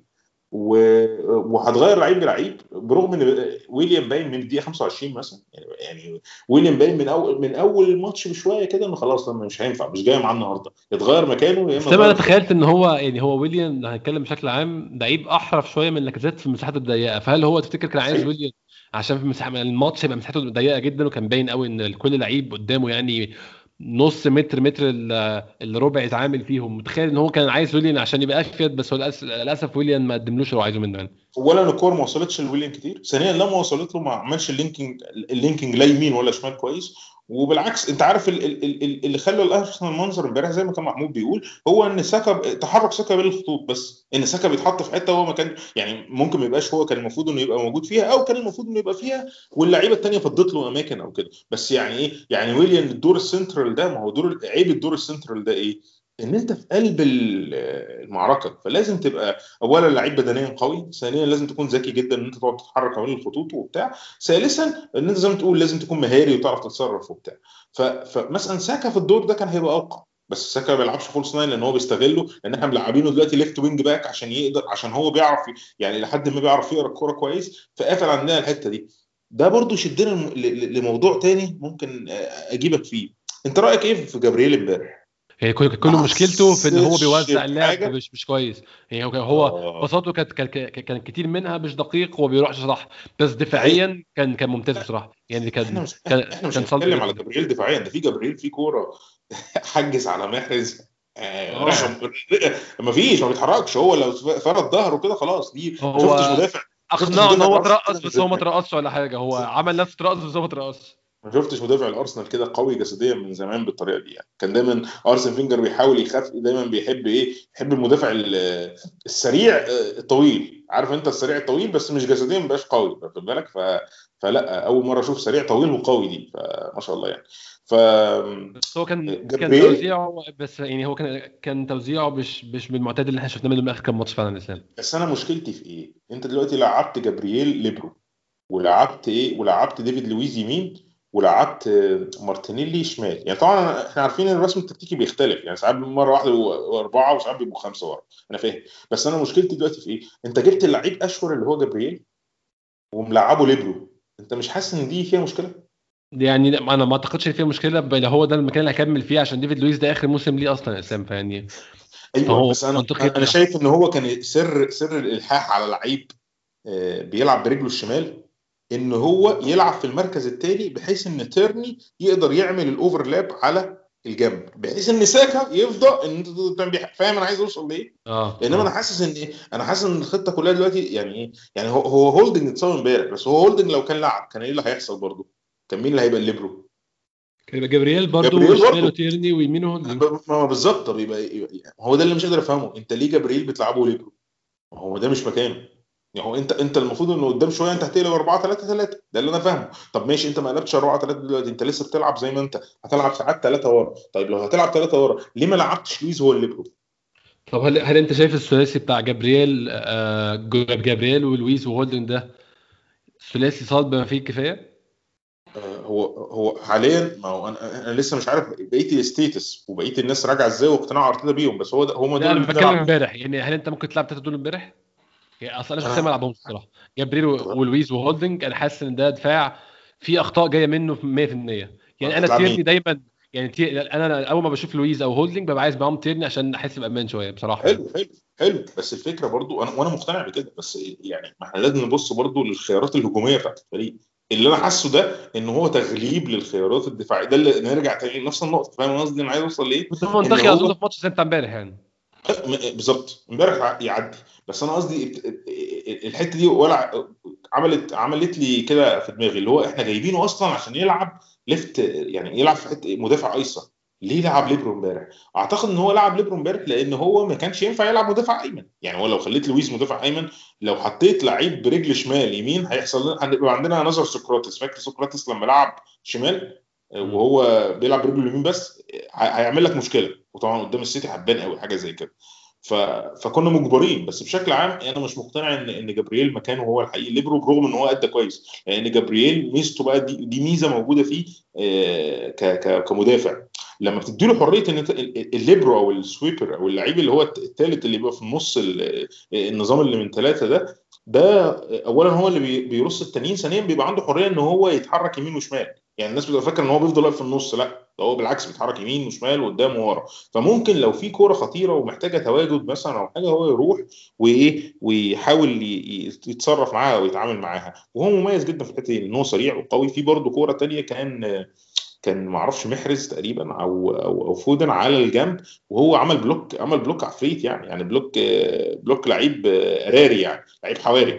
وهتغير لعيب بلعيب، برغم ان ويليام باين من الدقيقه 25 مثلا. يعني ويليام باين من اول الماتش بشويه كده انه خلاص لما مش هينفع، مش جاي معاه النهارده، يتغير مكانه يا اما بس انا تغير الخطه. تخيلت ان هو يعني هو ويليام لو هنتكلم بشكل عام لعيب احرف شويه من لاكازيت في المساحات الضيقه. فهل هو تفتكر كان عايز صحيح. ويليام عشان في الماتش يبقى مساحته ضيقه جدا، وكان باين قوي ان كل لعيب قدامه يعني نص متر الربع يتعامل فيهم؟ متخيل ان هو كان عايز ويليام عشان يبقى افيد، بس هو للاسف ويليام ما قدملوش اللي هو عايزه منه يعني. اولا الكور ما وصلتش لويليام كتير، ثانيا لما وصلت له ما عملش اللينكينج لا يمين ولا شمال كويس. وبالعكس انت عارف اللي خلى الارسنال منظر امبارح زي ما كان محمود بيقول، هو ان ساكا تحرك ساكا بين الخطوط، بس ان ساكا بيتحط في حته هو ما كان، يعني ممكن ما يبقاش هو كان المفروض انه يبقى موجود فيها، او كان المفروض انه يبقى فيها واللعيبه الثانيه فضت له اماكن او كده. بس يعني ايه يعني ويليام الدور السنترال ده؟ ما هو عيب الدور السنترال ده ايه؟ ان انت في قلب المعركه، فلازم تبقى اولا لعيب بدنيا قوي، ثانيا لازم تكون ذكي جدا ان انت تقعد تتحرك حوالين الخطوط وبتاع، ثالثا ان انت زي ما تقول لازم تكون مهاري وتعرف تتصرف وبتاع. فمثلا ساكا في الدور ده كان هيبقى ارقى، بس ساكا ما بيلعبش فولس ناين لان هو بيستغله، لان احنا ملاعبينه دلوقتي ليفت وينج باك عشان يقدر، عشان هو بيعرف يعني لحد ما بيعرف يقرا الكوره كويس، فقافل عندنا الحته دي. ده برضو يشدنا لموضوع تاني ممكن اجيبك فيه. انت رايك ايه في جابرييل امبارح؟ هي ما كل مشكلته في ان هو حسيتش بيوزع اللعب بحاجه؟ مش كويس. يعني هو اه بساطته كانت كتير منها مش دقيق، وما بيروحش صح. بس ده حقيقي. دفاعيا كان ممتاز بصراحه يعني. احنا كان مش كان احنا مش كان صلب هنتكلم على جدا. جبريل دفاعيا، ده في جبريل في كوره حجز على محرز، اه رشم، ما فيش، ما بيتحركش، هو لو فرد ظهره كده خلاص. دي ما شفتش هو مدافع، ما شفتش اقنعه ان مدافع هو الارسنال كده ترقص، من بس هو ما زمان. ترقصش ولا حاجه. هو عمل نفسه ترقص بس هو ما ترقصش. ما شفتش مدافع الارسنال كده قوي جسديا من زمان بالطريقه دي. يعني كان دايما ارسن فينجر بيحاول يخاف، دايما بيحب ايه، يحب المدافع السريع الطويل. عارف انت السريع الطويل بس مش جسديا مبقاش قوي، واخد بالك؟ فلا اول مره اشوف سريع طويل وقوي دي، فما شاء الله يعني. ف بس هو كان جبريل. توزيعه، بس يعني هو كان توزيعه مش بالمعتاد اللي احنا شفناه منه من اخر كام ماتش فعلا الاسلام. بس انا مشكلتي في ايه؟ انت دلوقتي لعبت جبريل ليبرو، ولعبت ايه، ولعبت ديفيد لويز يمين، ولعبت مارتينيلي شمال. يعني طبعا احنا عارفين ان الرسم التكتيكي بيختلف، يعني ساعات مره واحده بيبقوا 4 وساعات بيبقوا 5 ورا، انا فاهم. بس انا مشكلتي دلوقتي في ايه؟ انت جبت اللعيب اشهر اللي هو جابرييل وملعبه ليبرو، انت مش حاسس ان دي فيها مشكله؟ يعني انا ما اعتقدش ان فيها مشكله، بل هو ده المكان اللي هكمل فيه عشان ديفيد لويس ده اخر موسم ليه اصلا يا اسلام، فيعني ايوه، فهو بس انا منطقي انا شايف ان هو كان سر الالحاح على لعيب بيلعب برجله الشمال، ان هو يلعب في المركز الثاني بحيث ان تيرني يقدر يعمل الاوفرلاب على الجنب، بحيث ان ساكا يفضل ان فاهم انا عايز اوصل لايه. انما انا اه حاسس ان ايه، انا حاسس ان الخطه كلها دلوقتي يعني ايه، يعني هو هولدنج اتصاب امبارح، بس هو هولدنج لو كان لعب كان ايه اللي هيحصل برضه؟ كان مين اللي هيبقى الليبرو؟ كان يبقى جابرييل برضو، جابرييل وشماله برضه. تيرني ويمينه هولدنج. ما بالظبط. طب يبقى هو ده اللي مش قادر افهمه، انت ليه جابرييل بتلعبه ليبرو؟ ما هو ده مش مكانه. يعني هو انت المفروض انه قدام شويه انت هتقلب 4-3-3، ده اللي انا فاهمه. طب ماشي، انت ما قلبتش 4-3 دلوقتي، انت لسه بتلعب زي ما انت هتلعب ساعات 3 ورا. طيب لو هتلعب 3 ورا ليه ما لعبتش لويز هو اللي بيرو؟ طب هل انت شايف الثلاثي بتاع جابرييل جابرييل ولويس وهولدنج ده ثلاثي صلب بما فيه الكفايه؟ هو حاليا، ما هو انا لسه مش عارف بقيه الستيتس وبقيه الناس راجعه ازاي واقتناع ارتيتا بيهم، بس هو ده هم لا دول انا اللي بتكلم بنلعب. امبارح، يعني هل انت ممكن تلعب 3 دول امبارح؟ يعني اصلا انا شخصيا ما انا العبهمش الصراحه. جابرييل ولويس وهولدنج انا حاسس ان ده دفاع فيه اخطاء جايه منه في 100%. يعني انا هتلعب مين؟ تيرني دايما، يعني انا اول ما بشوف لويس او هولدنج ببقى عايز معاهم تيرني عشان احس بامان شويه بصراحه يعني. حلو، بس الفكره برضو وانا مقتنع بكده، بس يعني ما احنا لازم نبص برضو للخيارات الهجوميه بتاعت الفريق. اللي انا حاسه ده ان هو تغليب للخيارات الدفاعيه، ده اللي نرجع تاني لنفس النقطه. فاهم قصدي انا عايز اوصل لايه؟ كنت ان منطقي اظن هو في ماتش سانتا امبارح يعني. بالظبط امبارح يعدي. بس انا قصدي الحته دي ولا عملت لي كده في دماغي، اللي هو احنا جايبينه اصلا عشان يلعب ليفت، يعني يلعب في حته مدافع ايسر. ليه لعب ليبرو امبارح؟ اعتقد ان هو لعب ليبرو امبارح لان هو ما كانش ينفع يلعب مدافع ايمن. يعني هو لو خليت لويس مدافع ايمن، لو حطيت لعيب برجل شمال يمين هيحصل هنبقى عندنا نظر سقراطس. فاكر سقراطس لما لعب شمال مم. وهو بيلعب برجله اليمين بس، هيعمل لك مشكله. وطبعا قدام السيتي هتبان قوي حاجه زي كده. فكنا مجبرين. بس بشكل عام انا مش مقتنع ان جابرييل مكانه هو الحقيقي ليبرو، برغم ان هو ادى كويس. لان جابرييل ميزته بقى دي ميزه موجوده فيه كمدافع. لما بتدي له حريه ان الليبرو او السويبر او اللعيب اللي هو الثالث اللي بيبقى في النص النظام اللي من 3 ده اولا هو اللي بيرص التانيين، ثانيا بيبقى عنده حريه ان هو يتحرك يمين وشمال. يعني الناس بتبقى فاكره ان هو بيفضل واقف في النص، لا ده هو بالعكس بيتحرك يمين وشمال وقدام وورا. فممكن لو في كوره خطيره ومحتاجه تواجد مثلا او حاجه، هو يروح وايه ويحاول يتصرف معاها ويتعامل معاها. وهو مميز جدا في الحته دي ان هو سريع وقوي. في برضه كوره تانية كان ما اعرفش محرز تقريبا او فودن على الجنب، وهو عمل بلوك عفريت، يعني بلوك لعيب راري، يعني لعيب حواري.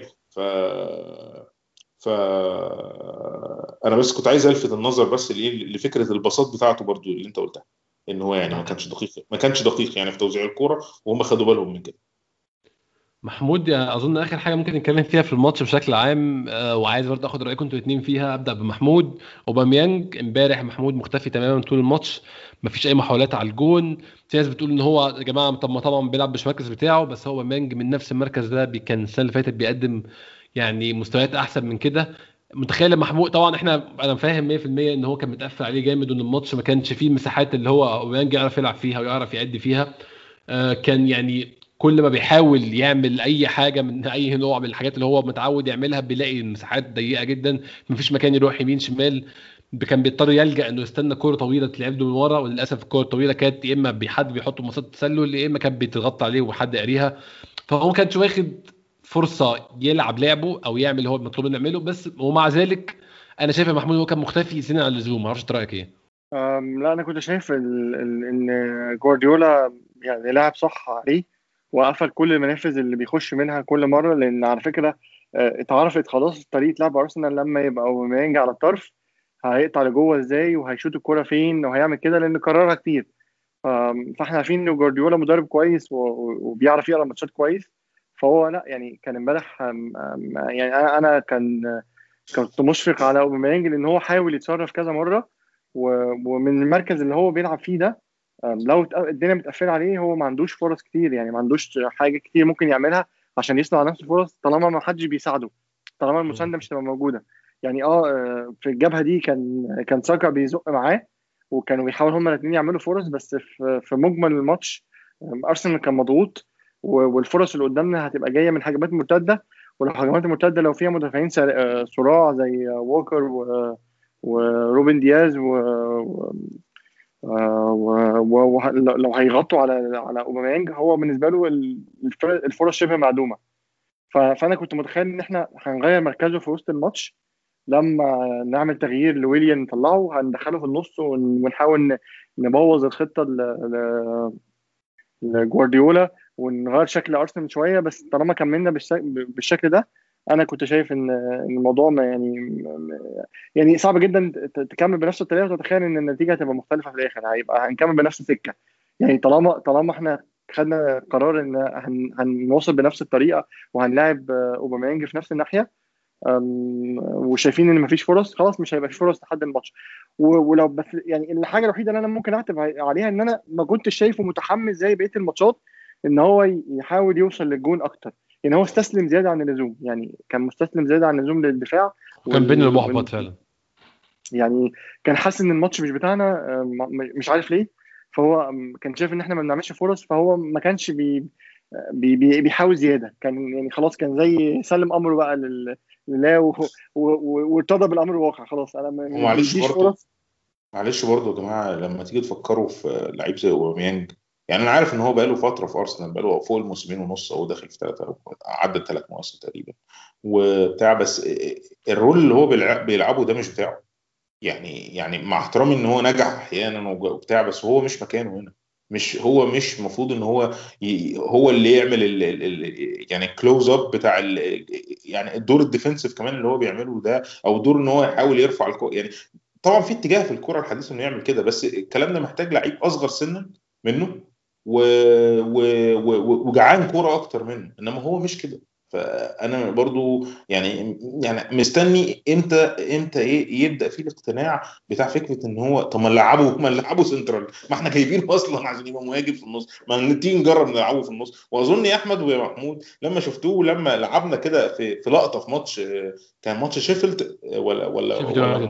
ف انا بس كنت عايز الفت النظر بس لفكره البساط بتاعته برضو اللي انت قلتها، ان هو يعني ما كانش دقيق يعني في توزيع الكوره، وهم خدوا بالهم من كده. محمود، يعني اظن اخر حاجه ممكن نتكلم فيها في الماتش بشكل عام، وعايز برضه اخد رايكم انتوا الاثنين فيها. ابدا بمحمود. اوباميانج امبارح محمود مختفي تماما طول الماتش، مفيش اي محاولات على الجون. في ناس بتقول ان هو يا جماعه طب ما طبعا بيلعب مش المركز بتاعه، بس هو اوباميانج من نفس المركز ده كان السنه اللي فاتت بيقدم يعني مستويات احسن من كده. متخيل محمود طبعا انا فاهم 100% ان هو كان متقفل عليه جامد، وان الماتش ما كانش فيه المساحات اللي هو اوباميانج يعرف يلعب فيها ويعرف يأدي فيها. كان يعني كل ما بيحاول يعمل اي حاجه من اي نوع من الحاجات اللي هو متعود يعملها بيلاقي المساحات ضيقه جدا، مفيش مكان يروح يمين شمال. كان بيضطر يلجأ انه يستنى كوره طويله تلعب له من ورا، وللاسف الكوره الطويله كانت يا اما حد بيحطه مسات التسلل، يا اما كانت بيتغطى عليه وحد قاريها. فهو ما كانش واخد فرصه يلعب لعبه او يعمل اللي هو المطلوب منه يعمله. بس ومع ذلك انا شايف ان محمود هو كان مختفي سنين عن اللزوم. ما اعرفش إنت رايك ايه؟ لا انا كنت شايف ان جوارديولا يعني لعب صح عليه، وقفل كل المنافذ اللي بيخش منها كل مره. لان على فكره اتعرفت خلاص طريقه لعب ارسنال، لما يبقى اوباميانج على الطرف هيقطع لجوه ازاي وهيشوط الكرة فين وهيعمل كده، لان كررها كتير. فاحنا عارفين ان جوارديولا مدرب كويس وبيعرف يقرا ماتشات كويس. فهو لا يعني كان امبارح يعني انا كنت مشفق على اوباميانج، لان هو حاول يتصرف كذا مره ومن المركز اللي هو بيلعب فيه ده. لو الدنيا متقفله عليه هو ما عندوش فرص كتير، يعني ما عندوش حاجه كتير ممكن يعملها عشان يصنع نفسه فرص، طالما ما حدش بيساعده، طالما المسانده مش هتبقى موجوده. يعني في الجبهه دي كان ساكا بيزق معاه، وكانوا بيحاولوا هما الاثنين يعملوا فرص، بس في مجمل الماتش ارسنال كان مضغوط، والفرص اللي قدامنا هتبقى جايه من هجمات مرتده، والهجمات المرتده لو فيها مدافعين صراع زي ووكر وروبن دياز ولو هيغطوا على اوباميانج، هو بالنسبه له الفرص شبه معدومه. فانا كنت متخيل ان احنا هنغير مركزه في وسط الماتش، لما نعمل تغيير لويليام نطلعه هندخله في النص ونحاول نبوظ الخطه لجوارديولا ونغير شكل ارسنال شويه. بس طالما كملنا بالشكل ده، انا كنت شايف ان الموضوع يعني صعب جدا تكمل بنفس الطريقه وتتخيل ان النتيجه هتبقى مختلفه في الاخر. هيبقى هنكمل بنفس السكه، يعني طالما احنا خدنا قرار ان هنوصل بنفس الطريقه وهنلاعب اوباميانج في نفس الناحيه، وشايفين ان مفيش فرص، خلاص مش هيبقى في فرص لحد الماتش. ولو بس يعني الحاجه الوحيده اللي انا ممكن اعتب عليها ان انا ما كنتش شايفه متحمس زي بقيه الماتشات، ان هو يحاول يوصل للجون اكتر. يعني هو استسلم زياده عن اللزوم، يعني كان مستسلم زياده عن اللزوم للدفاع، كان بين المحبط فعلا. يعني كان حاسس ان الماتش مش بتاعنا، مش عارف ليه. فهو كان شايف ان احنا ما بنعملش فرص، فهو ما كانش بيحاول زياده، كان يعني خلاص كان زي سلم امره بقى لله وارتضى بالامر الواقع. خلاص انا ما ومعلش بيجيش برضو فرص. معلش برضو يا جماعه، لما تيجي تفكروا في لعيب زي اوباميانج، يعني انا عارف ان هو بقاله فتره في ارسنال، بقاله فوق الموسمين ونص، او داخل في ثلاثه، عدى 3 مواسم تقريبا وبتاع، بس الرول اللي هو بيلعبه ده مش بتاعه. يعني مع احترامي ان هو نجح احيانا وبتاع، بس هو مش مكانه هنا. مش المفروض ان هو هو اللي يعمل يعني الكلوز اب بتاع يعني الدور الديفنسيف كمان اللي هو بيعمله ده، او دور ان هو يحاول يرفع يعني طبعا في اتجاه في الكرة الحديثة انه يعمل كده، بس الكلام ده محتاج لعيب اصغر سنا منه و... وجعان كرة اكتر منه، انما هو مش كده. فانا برضو يعني مستني امتى ايه يبدا فيه الاقتناع بتاع فكره ان هو طب ما نلعبه سنترال، ما احنا جايبينه اصلا عشان يبقى مهاجم في النص، ما تيجي نجرب نلعبه في النص. واظن يا احمد ويا محمود لما شفتوه لما لعبنا كده في لقطه في ماتش، كان ماتش شيفيلد شيفيلد ولا يونايتد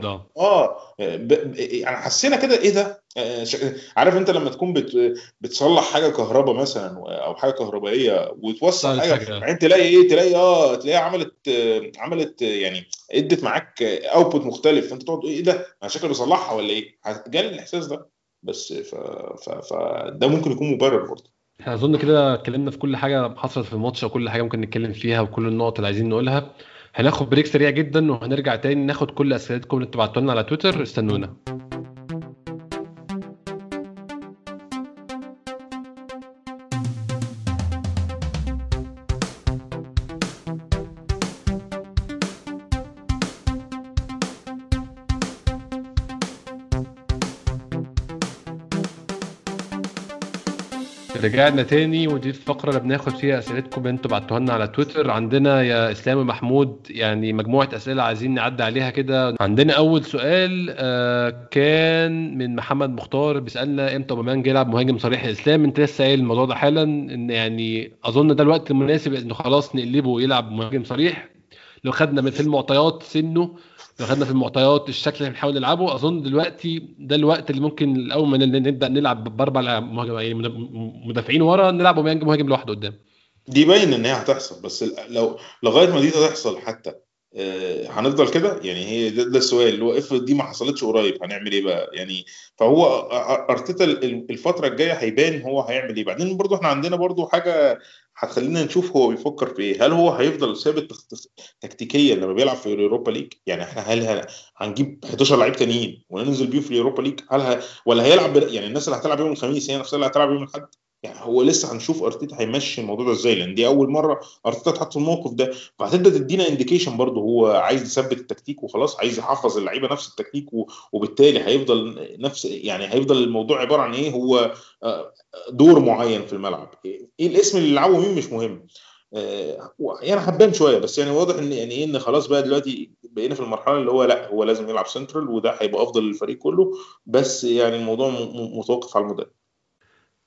يعني حسينا كده ايه ده. عارف انت لما تكون بتصلح حاجه كهرباء مثلا او حاجه كهربائيه وتوصل ستايل حاجه، فجأة. بعدين تلاقيها عملت يعني ادت معاك اوتبوت مختلف، فانت تقعد ايه ده، انا شكله بيصلحها ولا ايه. جالي الاحساس ده بس فده ممكن يكون مبرر برضه. احنا اظن كده اتكلمنا في كل حاجه حصلت في الماتش، او كل حاجه ممكن نتكلم فيها، وكل النقط اللي عايزين نقولها. هناخد بريك سريع جدا وهنرجع تاني ناخد كل اسئلتكم اللي انتوا بعتوا لنا على تويتر. استنونا. رجعنا تاني، ودي الفقرة اللي بناخد فيها أسئلتكم اللي انتوا بعتوها لنا على تويتر. عندنا يا إسلام ومحمود يعني مجموعة أسئلة عايزين نعدي عليها كده. عندنا أول سؤال كان من محمد مختار بيسألنا امتى أوباميانج يلعب مهاجم صريح. الإسلام انت لسه قايل الموضوع ده حالا، ان يعني أظن ده الوقت المناسب انه خلاص نقلبه يلعب مهاجم صريح. لو خدنا في المعطيات سنه، لو خدنا في المعطيات الشكل اللي بنحاول نلعبه، اظن دلوقتي ده الوقت اللي ممكن اول ما نبدا نلعب باربع يعني مدافعين ورا، نلعب اوباميانج مهاجم لوحده قدام. دي باين ان هي هتحصل، بس لو لغايه ما دي تحصل حتى هنفضل كده يعني. هي ده السؤال اللي هو افرض دي ما حصلتش قريب هنعمل ايه بقى يعني. فهو ارتيتا الفتره الجايه هيبان هو هيعمل ايه. بعدين برضو احنا عندنا برضو حاجه هتخلينا نشوف هو بيفكر في ايه. هل هو هيفضل ثابت تكتيكيا لما بيلعب في اليوروبا ليج؟ يعني احنا هنجيب 11 لعيب تانيين وننزل بيهم في اليوروبا ليج؟ ولا هيلعب يعني الناس اللي هتلعب يوم الخميس هي نفسها اللي هتلعب يوم الاحد؟ يعني هو لسه هنشوف ارتيتا هيمشي الموضوع ده ازاي، لان دي اول مره ارتيتا اتحط في الموقف ده. فهتبدا تدينا انديكيشن برضه هو عايز يثبت التكتيك وخلاص، عايز يحفظ اللعيبه نفس التكتيك وبالتالي هيفضل نفس، يعني هيفضل الموضوع عباره عن ايه، هو دور معين في الملعب. ايه الاسم اللي يلعبه مين مش مهم. يعني حبان شويه، بس يعني واضح ان يعني ان خلاص بقى دلوقتي بقينا في المرحله اللي هو لا هو لازم يلعب سنترال، وده هيبقى افضل للفريق كله. بس يعني الموضوع متوقف على المدرب.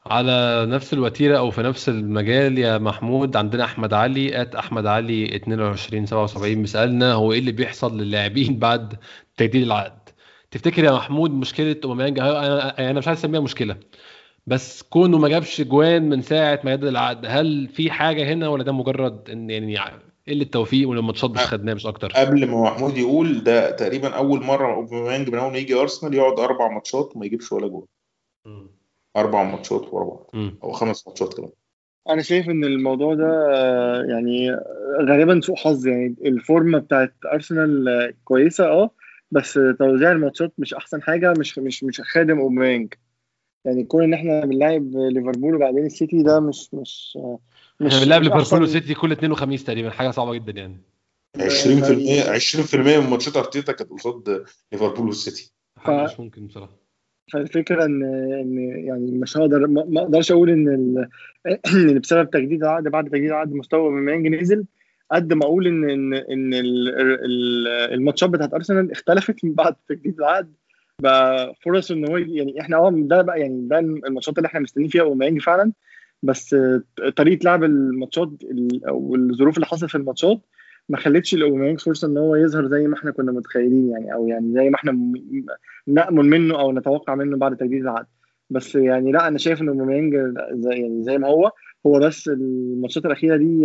على نفس الوتيره او في نفس المجال يا محمود، عندنا احمد علي احمد علي 2277 بيسالنا هو ايه اللي بيحصل للاعبين بعد تجديد العقد. تفتكر يا محمود مشكله اوباميانج؟ انا مش عايز اسميها مشكله، بس كونه ما جابش جوان من ساعه ما جدد العقد، هل في حاجه هنا ولا ده مجرد ان يعني قله توفيق والماتشات مش خدناه مش اكتر؟ قبل ما محمود يقول، ده تقريبا اول مره اوباميانج من اول ما يجي ارسنال يقعد 4 ماتشات وما يجيبش ولا جول. مم. 4 ماتشات ورا بعض، مم. او 5 ماتشات كمان. انا شايف ان الموضوع ده يعني غالبا سوء حظ. يعني الفورمه بتاعت ارسنال كويسه بس توزيع الماتشات مش احسن حاجه، مش خادم اوباميانج. يعني كون ان احنا بنلعب ليفربول وبعدين السيتي، ده احنا بنلعب مش ليفربول احسن. وسيتي كل اثنين وخميس تقريبا، حاجه صعبه جدا يعني. 20% 20% من ماتشات ارتيتا كانت قصاد ليفربول والسيتي. حاجه مش ممكن بصراحه. فالفكره ان يعني مش هقدر، ما اقدرش اقول ان ان بسبب تجديد العقد، بعد تجديد العقد مستوى اوباميانج نزل، قد ما اقول ان الماتشات بتاعت ارسنال اختلفت من بعد تجديد العقد. بقى فرص ان هو يعني احنا ده بقى، يعني ده الماتشات اللي احنا مستنيين فيها اوباميانج فعلا. بس طريقه لعب الماتشات او الظروف اللي حصلت في الماتشات ما خلتش الاوباميانج فرصه ان هو يظهر زي ما احنا كنا متخيلين، يعني او يعني زي ما احنا نأمل منه او نتوقع منه بعد تجديد العقد. بس يعني لا، انا شايف ان اوباميانج زي ما هو بس الماتشات الاخيره دي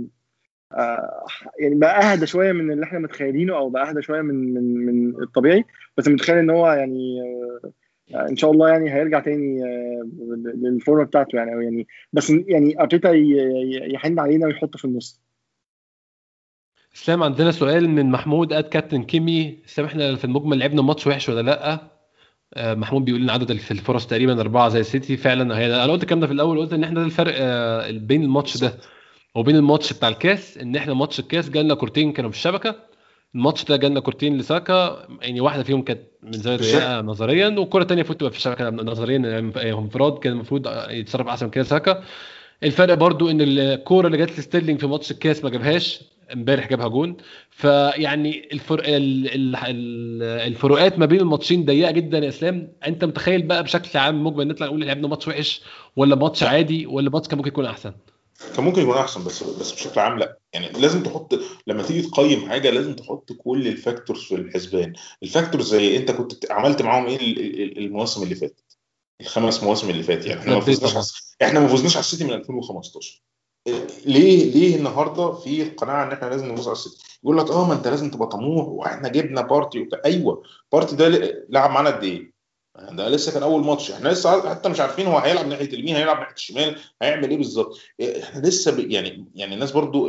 يعني بقى اهدى شويه من اللي احنا متخيلينه، او بقى اهدى شويه من الطبيعي. بس متخيل ان هو يعني ان شاء الله يعني هيرجع تاني للفورمه بتاعته يعني، او يعني بس يعني ارتيتا يحن علينا ويحطه في النص. اسلام، عندنا سؤال من محمود كابتن كيمي. اسلام، احنا في المجمل لعبنا ماتش وحش ولا لا؟ محمود بيقول ان عدد في الفرص تقريبا 4 زي السيتي. فعلا هي انا قلت الكلام ده في الاول، قلت ان احنا ده الفرق بين الماتش ده بالظبط. وبين الماتش بتاع الكاس، ان احنا ماتش الكاس جالنا كورتين كانوا في الشبكه. الماتش ده جالنا كورتين لساكا، يعني واحده فيهم كانت من زاويه بشكل ضيقه نظريا، والكره الثانيه المفروض تبقى في الشبكه نظريا، انفراد كان المفروض يتصرف احسن من كده ساكا. الفرق برضو ان الكوره اللي جت لستيرلينج في ماتش الكاس ما جابهاش، امبارح جابها جون. فيعني الفروقات ما بين الماتشين ضيقه جدا يا اسلام. انت متخيل بقى بشكل عام مجمل نطلع نقول لعبنا ماتش وحش، ولا ماتش لا، عادي، ولا ماتش كان ممكن يكون احسن؟ كان ممكن يكون احسن، بس بشكل عام لا. يعني لازم تحط، لما تيجي تقيم حاجه لازم تحط كل الفاكتورز في الحسبان. الفاكتورز زي انت كنت عملت معاهم ايه المواسم اللي فاتت، ال5 مواسم اللي فاتت. يعني اتغديت طبعا. احنا ما فزناش على السيتي من 2015. ليه النهارده في قناعه ان احنا لازم نفوز على السيتي؟ يقول لك ما انت لازم تبقى طموح، واحنا جبنا بارتي وبتاع. ايوه، بارتي ده لعب معانا قد ايه؟ ده لسه كان اول ماتش، احنا لسه حتى مش عارفين هو هيلعب ناحيه اليمين، هيلعب ناحيه الشمال، هيعمل ايه بالظبط. احنا لسه يعني الناس برضو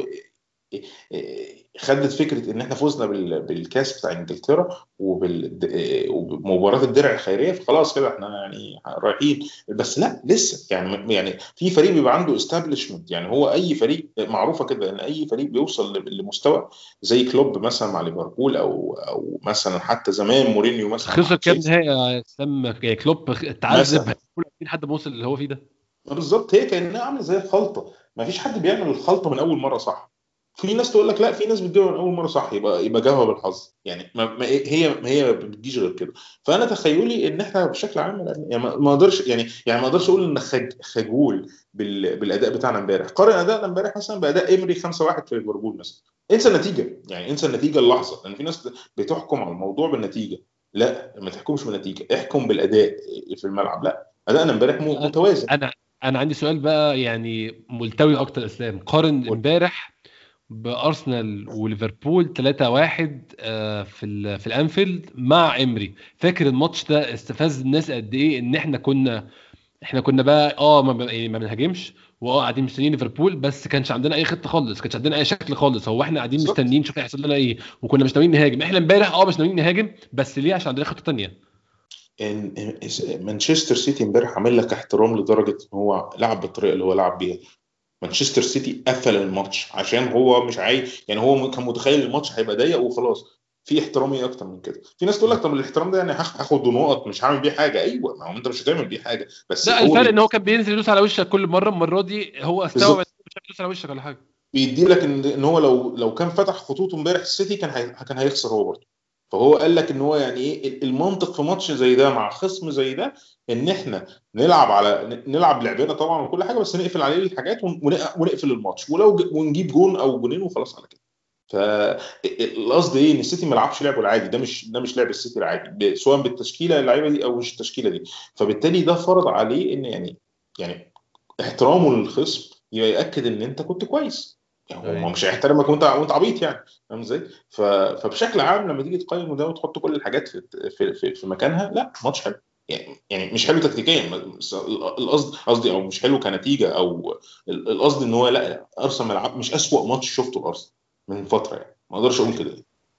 خدت فكره ان احنا فزنا بالكاس بتاع انجلترا وبمباراه الدرع الخيريه، فخلاص كده احنا يعني رايحين. بس لا، لسه يعني في فريق بيبقى عنده استابليشمنت. يعني هو اي فريق معروفه كده ان اي فريق بيوصل لمستوى زي كلوب مثلا مع ليفربول، او مثلا حتى زمان مورينيو مثلا مع خسر كام تشيلسي نهائي يا اسلام؟ كلوب اتعذب مثلا. لحد ما وصل اللي هو فيه ده. بالظبط، هي كانها عامله زي الخلطه. ما فيش حد بيعمل الخلطه من اول مره صح. في ناس تقول لك لا، في ناس بتجيبها من اول مره صح، يبقى جابها بالحظ. يعني هي ما بتجيش غير كده. فانا تخيلي ان احنا بشكل عام يعني ما اقدرش، يعني ما اقدرش اقول ان خجول بالاداء بتاعنا امبارح. قارن ادائنا امبارح مثلا باداء امري 5-1 في ليفربول مثلا. انسى النتيجه، يعني انسى النتيجه اللحظه، لان في ناس بتحكم على الموضوع بالنتيجه. لا، ما تحكمش بالنتيجه، احكم بالاداء في الملعب. لا، ادائنا امبارح متوازن. انا انا عندي سؤال بقى يعني ملتوي اكتر يا اسلام. قارن امبارح بارسنال وليفربول 3-1 في الانفيلد مع امري. فاكر الماتش ده استفز الناس قد ايه؟ ان احنا كنا بقى يعني ما بنهاجمش، قاعدين مستنيين ليفربول، بس كانش عندنا اي خطه خالص، كانش عندنا اي شكل خالص. هو احنا قاعدين بالظبط. مستنيين نشوف هيحصل لنا ايه، وكنا مش ناويين نهاجم. احنا امبارح مش ناويين نهاجم، بس ليه؟ عشان عندنا خطه تانية. مانشستر سيتي امبارح عامل لك احترام لدرجه ان هو لعب بالطريقه اللي هو لعب بيها. مانشستر سيتي قفل الماتش عشان هو مش عايز، يعني هو كان متخيل الماتش هيبقى ضيق وخلاص. في احترامي اكتر من كده. في ناس تقول لك طب الاحترام ده يعني هاخد نقط مش هعمل بيه حاجه. ايوه، ما هو انت مش هتعمل بيه حاجه، بس لا، هو الفرق ان هو كان بينزل يدوس على وشك كل مره. المره دي هو استوعب إن بالظبط مش هيدوس على وشك ولا حاجه. بيدي لك ان هو لو كان فتح خطوطه امبارح السيتي كان هيخسر هو برضه. فهو قال لك ان هو يعني ايه المنطق في ماتش زي ده مع خصم زي ده، ان احنا نلعب لعبنا طبعا وكل حاجه، بس نقفل عليه الحاجات ونقفل الماتش، ونجيب جون او جونين وخلاص على كده. فالقصد ايه؟ ان السيتي ما لعبش لعبه العادي، ده مش لعب السيتي العادي، سواء بالتشكيله اللعيبه دي او مش التشكيله دي. فبالتالي ده فرض عليه ان يعني احترامه للخصم ياكد ان انت كنت كويس. يعني هو مش هيحترمك وانت عبيط يعني، فاهم ازاي؟ فبشكل عام لما تيجي تقيم ده وتحط كل الحاجات في مكانها، لا ماتش حلو. يعني مش حلو تكتيكيا، قصدي او مش حلو كنتيجه، او القصد ان هو لا، ارسنال ملعب مش اسوأ ماتش شفته الارسنال من فتره، يعني ما اقدرش اقول كده.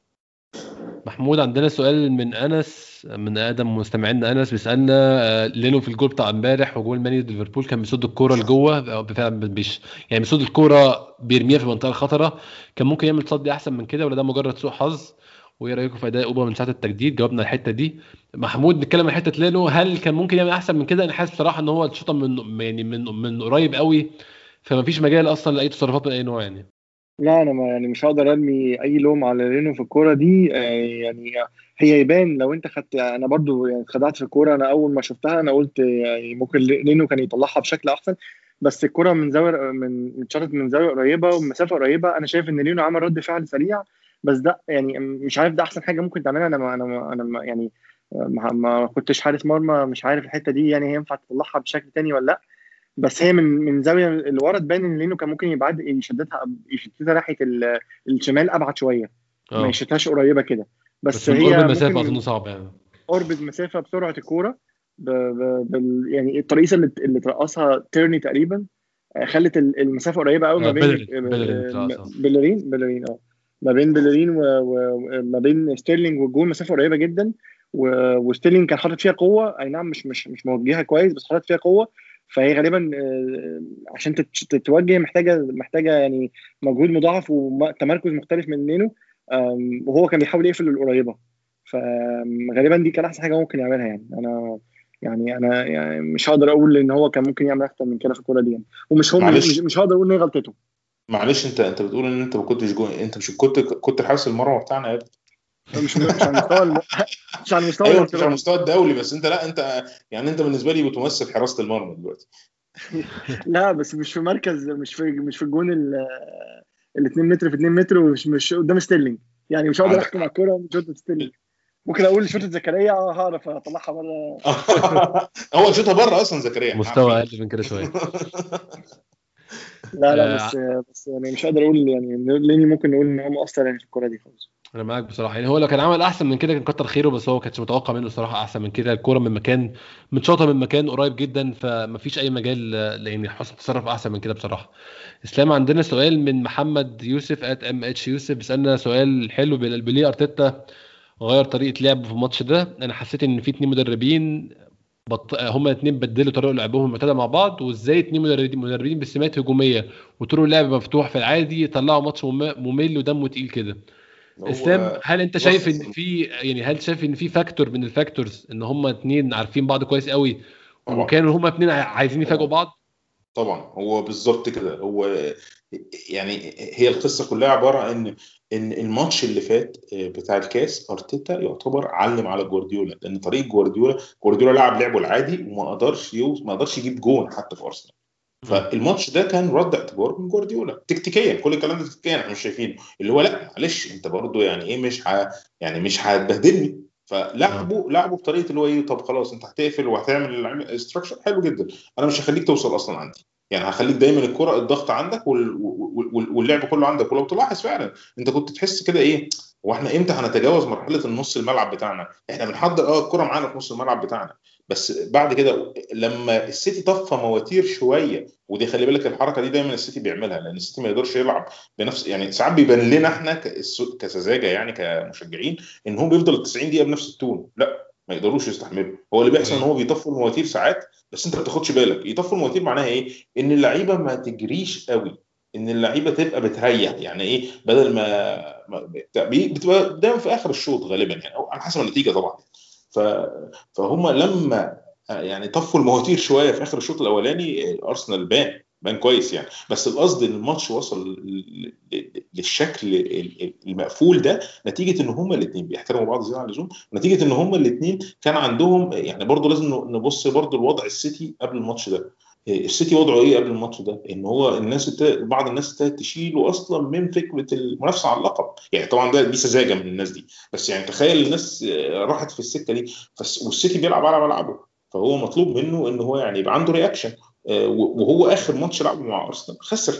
محمود، عندنا سؤال من انس، من ادم مستمعنا انس بيسالنا لينو في الجول بتاع امبارح وجول ماني ليفربول كان بيصد الكوره لجوه فعلا يعني بيصد الكوره بيرميها في المنطقه الخطره، كان ممكن يعمل صد احسن من كده ولا ده مجرد سوء حظ؟ وايه رايكم في اداء اوبا من ساعه التجديد؟ جاوبنا الحته دي. محمود، نتكلم عن حته لينو، هل كان ممكن يعمل احسن من كده؟ انا حاسس بصراحه ان هو الشوطه من قريب قوي، فما فيش مجال اصلا لاي تصرفات من اي نوع يعني. لا انا ما يعني مش هقدر ارمي اي لوم على رينو في الكوره دي. يعني هي يبان لو انت خدت، انا برضو يعني اتخدعت في الكوره. انا اول ما شفتها انا قلت يعني ممكن رينو كان يطلعها بشكل احسن، بس الكوره من زاويه، اتشاطت من زاويه قريبه ومسافه قريبه. انا شايف ان رينو عمل رد فعل سريع، بس ده يعني مش عارف ده احسن حاجه ممكن تعملها. يعني ما كنتش حارس مرمى، مش عارف الحته دي يعني هي ينفع تطلعها بشكل تاني ولا لا. بس هي من زاويه اللي ورا تبان ان لينو كان ممكن يشدتها ناحيه الشمال ابعد شويه، ما اه، يشدهاش قريبه كده. بس بس من قرب هي المسافه ممكن اظن صعب يعني. قرب المسافه بسرعه الكوره، يعني الطريقه اللي ترقصها تيرني تقريبا خلت المسافه قريبه قوي ما بين بيلرين بتاع. بيلرين ما بين بيلرين وما بين ستيرلينج والجول مسافه قريبه جدا. وستيرلينج كان حاطط فيها قوه، اي نعم مش موجهها كويس بس حاطط فيها قوه. فهي غالبا عشان تتوجه محتاجه يعني مجهود مضاعف وتمركز مختلف من نينو. وهو كان بيحاول يقفل القريبه، فغالبا دي كان احسن حاجه ممكن يعملها. يعني انا يعني مش هقدر اقول ان هو كان ممكن يعمل اكتر من كده في الكوره دي يعني. ومش هو معلش مش هقدر اقول ان هي غلطته. معلش، انت بتقول ان انت ما كنتش جون، انت مش كنت حارس المرمى بتاعنا يا ابني. مش على المستوى مش على المستوى ايوه، انت مش على الافتراضي. المستوى الدولي، بس انت لا، انت يعني انت بالنسبه لي بتمثل حراسه المرمى دلوقتي. لا بس مش في مركز، مش في الجون ال 2 متر في 2 متر، ومش قدام ستيرلينج. يعني مش هقدر عندك احكم على حق. الكوره من شوطه ستيرلينج. ممكن اقول شوطه زكريا هعرف اطلعها بره. هو شوطها بره اصلا زكريا، احنا مستوى عارفين. اقل من كده شويه. لا آه، بس يعني مش هقدر اقول يعني لاني ممكن نقول ان هو مؤثر يعني في الكوره دي خالص. انا معاك بصراحه، يعني هو لو كان عمل احسن من كده كان كتر خيره، بس هو كانش متوقع منه الصراحه احسن من كده. الكوره من مكان متشاطه من مكان قريب جدا، فمفيش اي مجال لان حسن تصرف احسن من كده بصراحه. اسلام، عندنا سؤال من محمد يوسف @MH يوسف بيسالنا سؤال حلو، بيقول ارتيتا غير طريقه لعبه في الماتش ده. انا حسيت ان في اتنين مدربين هما الاثنين بدلوا طريقه لعبهم المعتاده مع بعض، وازاي اتنين مدربين بسمات هجوميه وطرق لعب مفتوح في العادي يطلعوا ماتش ممل ودمه تقيل كده. اسلام، هو هل انت شايف لخص ان في، يعني هل شايف ان في فاكتور من الفاكتورز ان هما اتنين عارفين بعض كويس قوي طبعا. وكانوا هما اتنين عايزين يفاجئوا طبعا. بعض؟ طبعا هو بالظبط كده. هو يعني هي القصه كلها عباره عن ان الماتش اللي فات بتاع الكاس، ارتيتا يعتبر علم على جوارديولا، لان طريق جوارديولا لعب لعبه العادي وما قدرش ما قدرش يجيب جون حتى في ارسنال. مم. فالماتش ده كان رد اعتبار من جوارديولا تكتيكيا، كل الكلام ده تكتيكيا احنا مش شايفينه، اللي هو لا معلش انت برضو يعني ايه، يعني مش هتبهدلني. اه، فلعبوا بطريقه اللي هو ايه، طب خلاص انت هتقفل وهتعمل استراكشر حلو جدا، انا مش هخليك توصل اصلا عندي. يعني هخليك دايما الكره الضغط عندك واللعب كله عندك. ولو تلاحظ فعلا انت كنت تحس كده ايه، واحنا امتى هنتجاوز مرحله النص الملعب بتاعنا؟ احنا بنحضر الكره معانا في نص الملعب بتاعنا، بس بعد كده لما السيتي طفى مواتير شويه، ودي خلي بالك الحركه دي دايما السيتي بيعملها، لان السيتي ما يقدرش يلعب بنفس، يعني ساعات بيبان لنا احنا كسذاجه يعني كمشجعين ان هو بيفضل 90 دقيقه بنفس التون، لا ما يقدروش يستحملوا. هو اللي بيحصل ان ايوه، هو بيطفوا المواتير ساعات، بس انت ما بتاخدش بالك. يطفوا المواتير معناها ايه؟ ان اللعيبه ما تجريش قوي، ان اللعيبه تبقى بتريح. يعني ايه؟ بدل بتبقى دايما في اخر الشوط غالبا يعني، او على حسب النتيجه طبعا. ف... فهم لما يعني طفوا المواتير شويه في اخر الشوط الاولاني، ارسنال مان كويس يعني. بس القصد ان الماتش وصل للشكل المقفول ده نتيجه ان هما الاثنين بيحترموا بعض زياده عن اللزوم، ونتيجه ان هما الاثنين كان عندهم يعني برضو لازم نبص برضو الوضع السيتي قبل الماتش ده. السيتي وضعه ايه قبل الماتش ده؟ ان هو بعض الناس ابتدت تشيله اصلا من فكره المنافسه على اللقب. يعني طبعا دي سذاجه من الناس دي، بس يعني تخيل الناس راحت في السكه دي. والسيتي بيلعب على ملعبه، فهو مطلوب منه ان هو يعني يبقى عنده رياكشن. وهو اخر ماتش لعبه مع ارسنال خسر.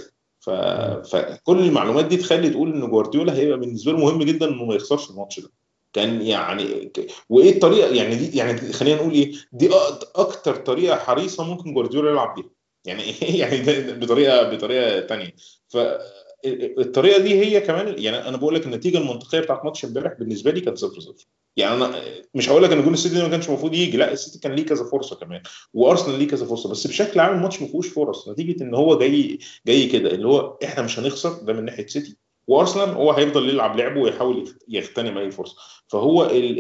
فكل المعلومات دي تخلي تقول ان جوارديولا هيبقى بالنسبه له مهم جدا انه ما يخسرش الماتش ده. كان يعني وايه الطريقه يعني دي، يعني خلينا نقول ايه دي اكتر طريقه حريصه ممكن جوارديولا يلعب بيها يعني يعني بطريقه تانية. فالطريقه دي هي كمان يعني انا بقول لك النتيجه المنطقيه بتاعت ماتش امبارح بالنسبه لي كانت 0-0. يعني انا مش هقول لك ان جول السيتي ما كانش المفروض يجي، لا السيتي كان ليه كذا فرصه كمان، وارسنال ليه كذا فرصه، بس بشكل عام الماتش ما فيهوش فرص نتيجه ان هو جاي كده اللي هو احنا مش هنخسر ده من ناحيه سيتي، وارسنال هو هيفضل يلعب لعبه ويحاول يغتنم اي فرصه. فهو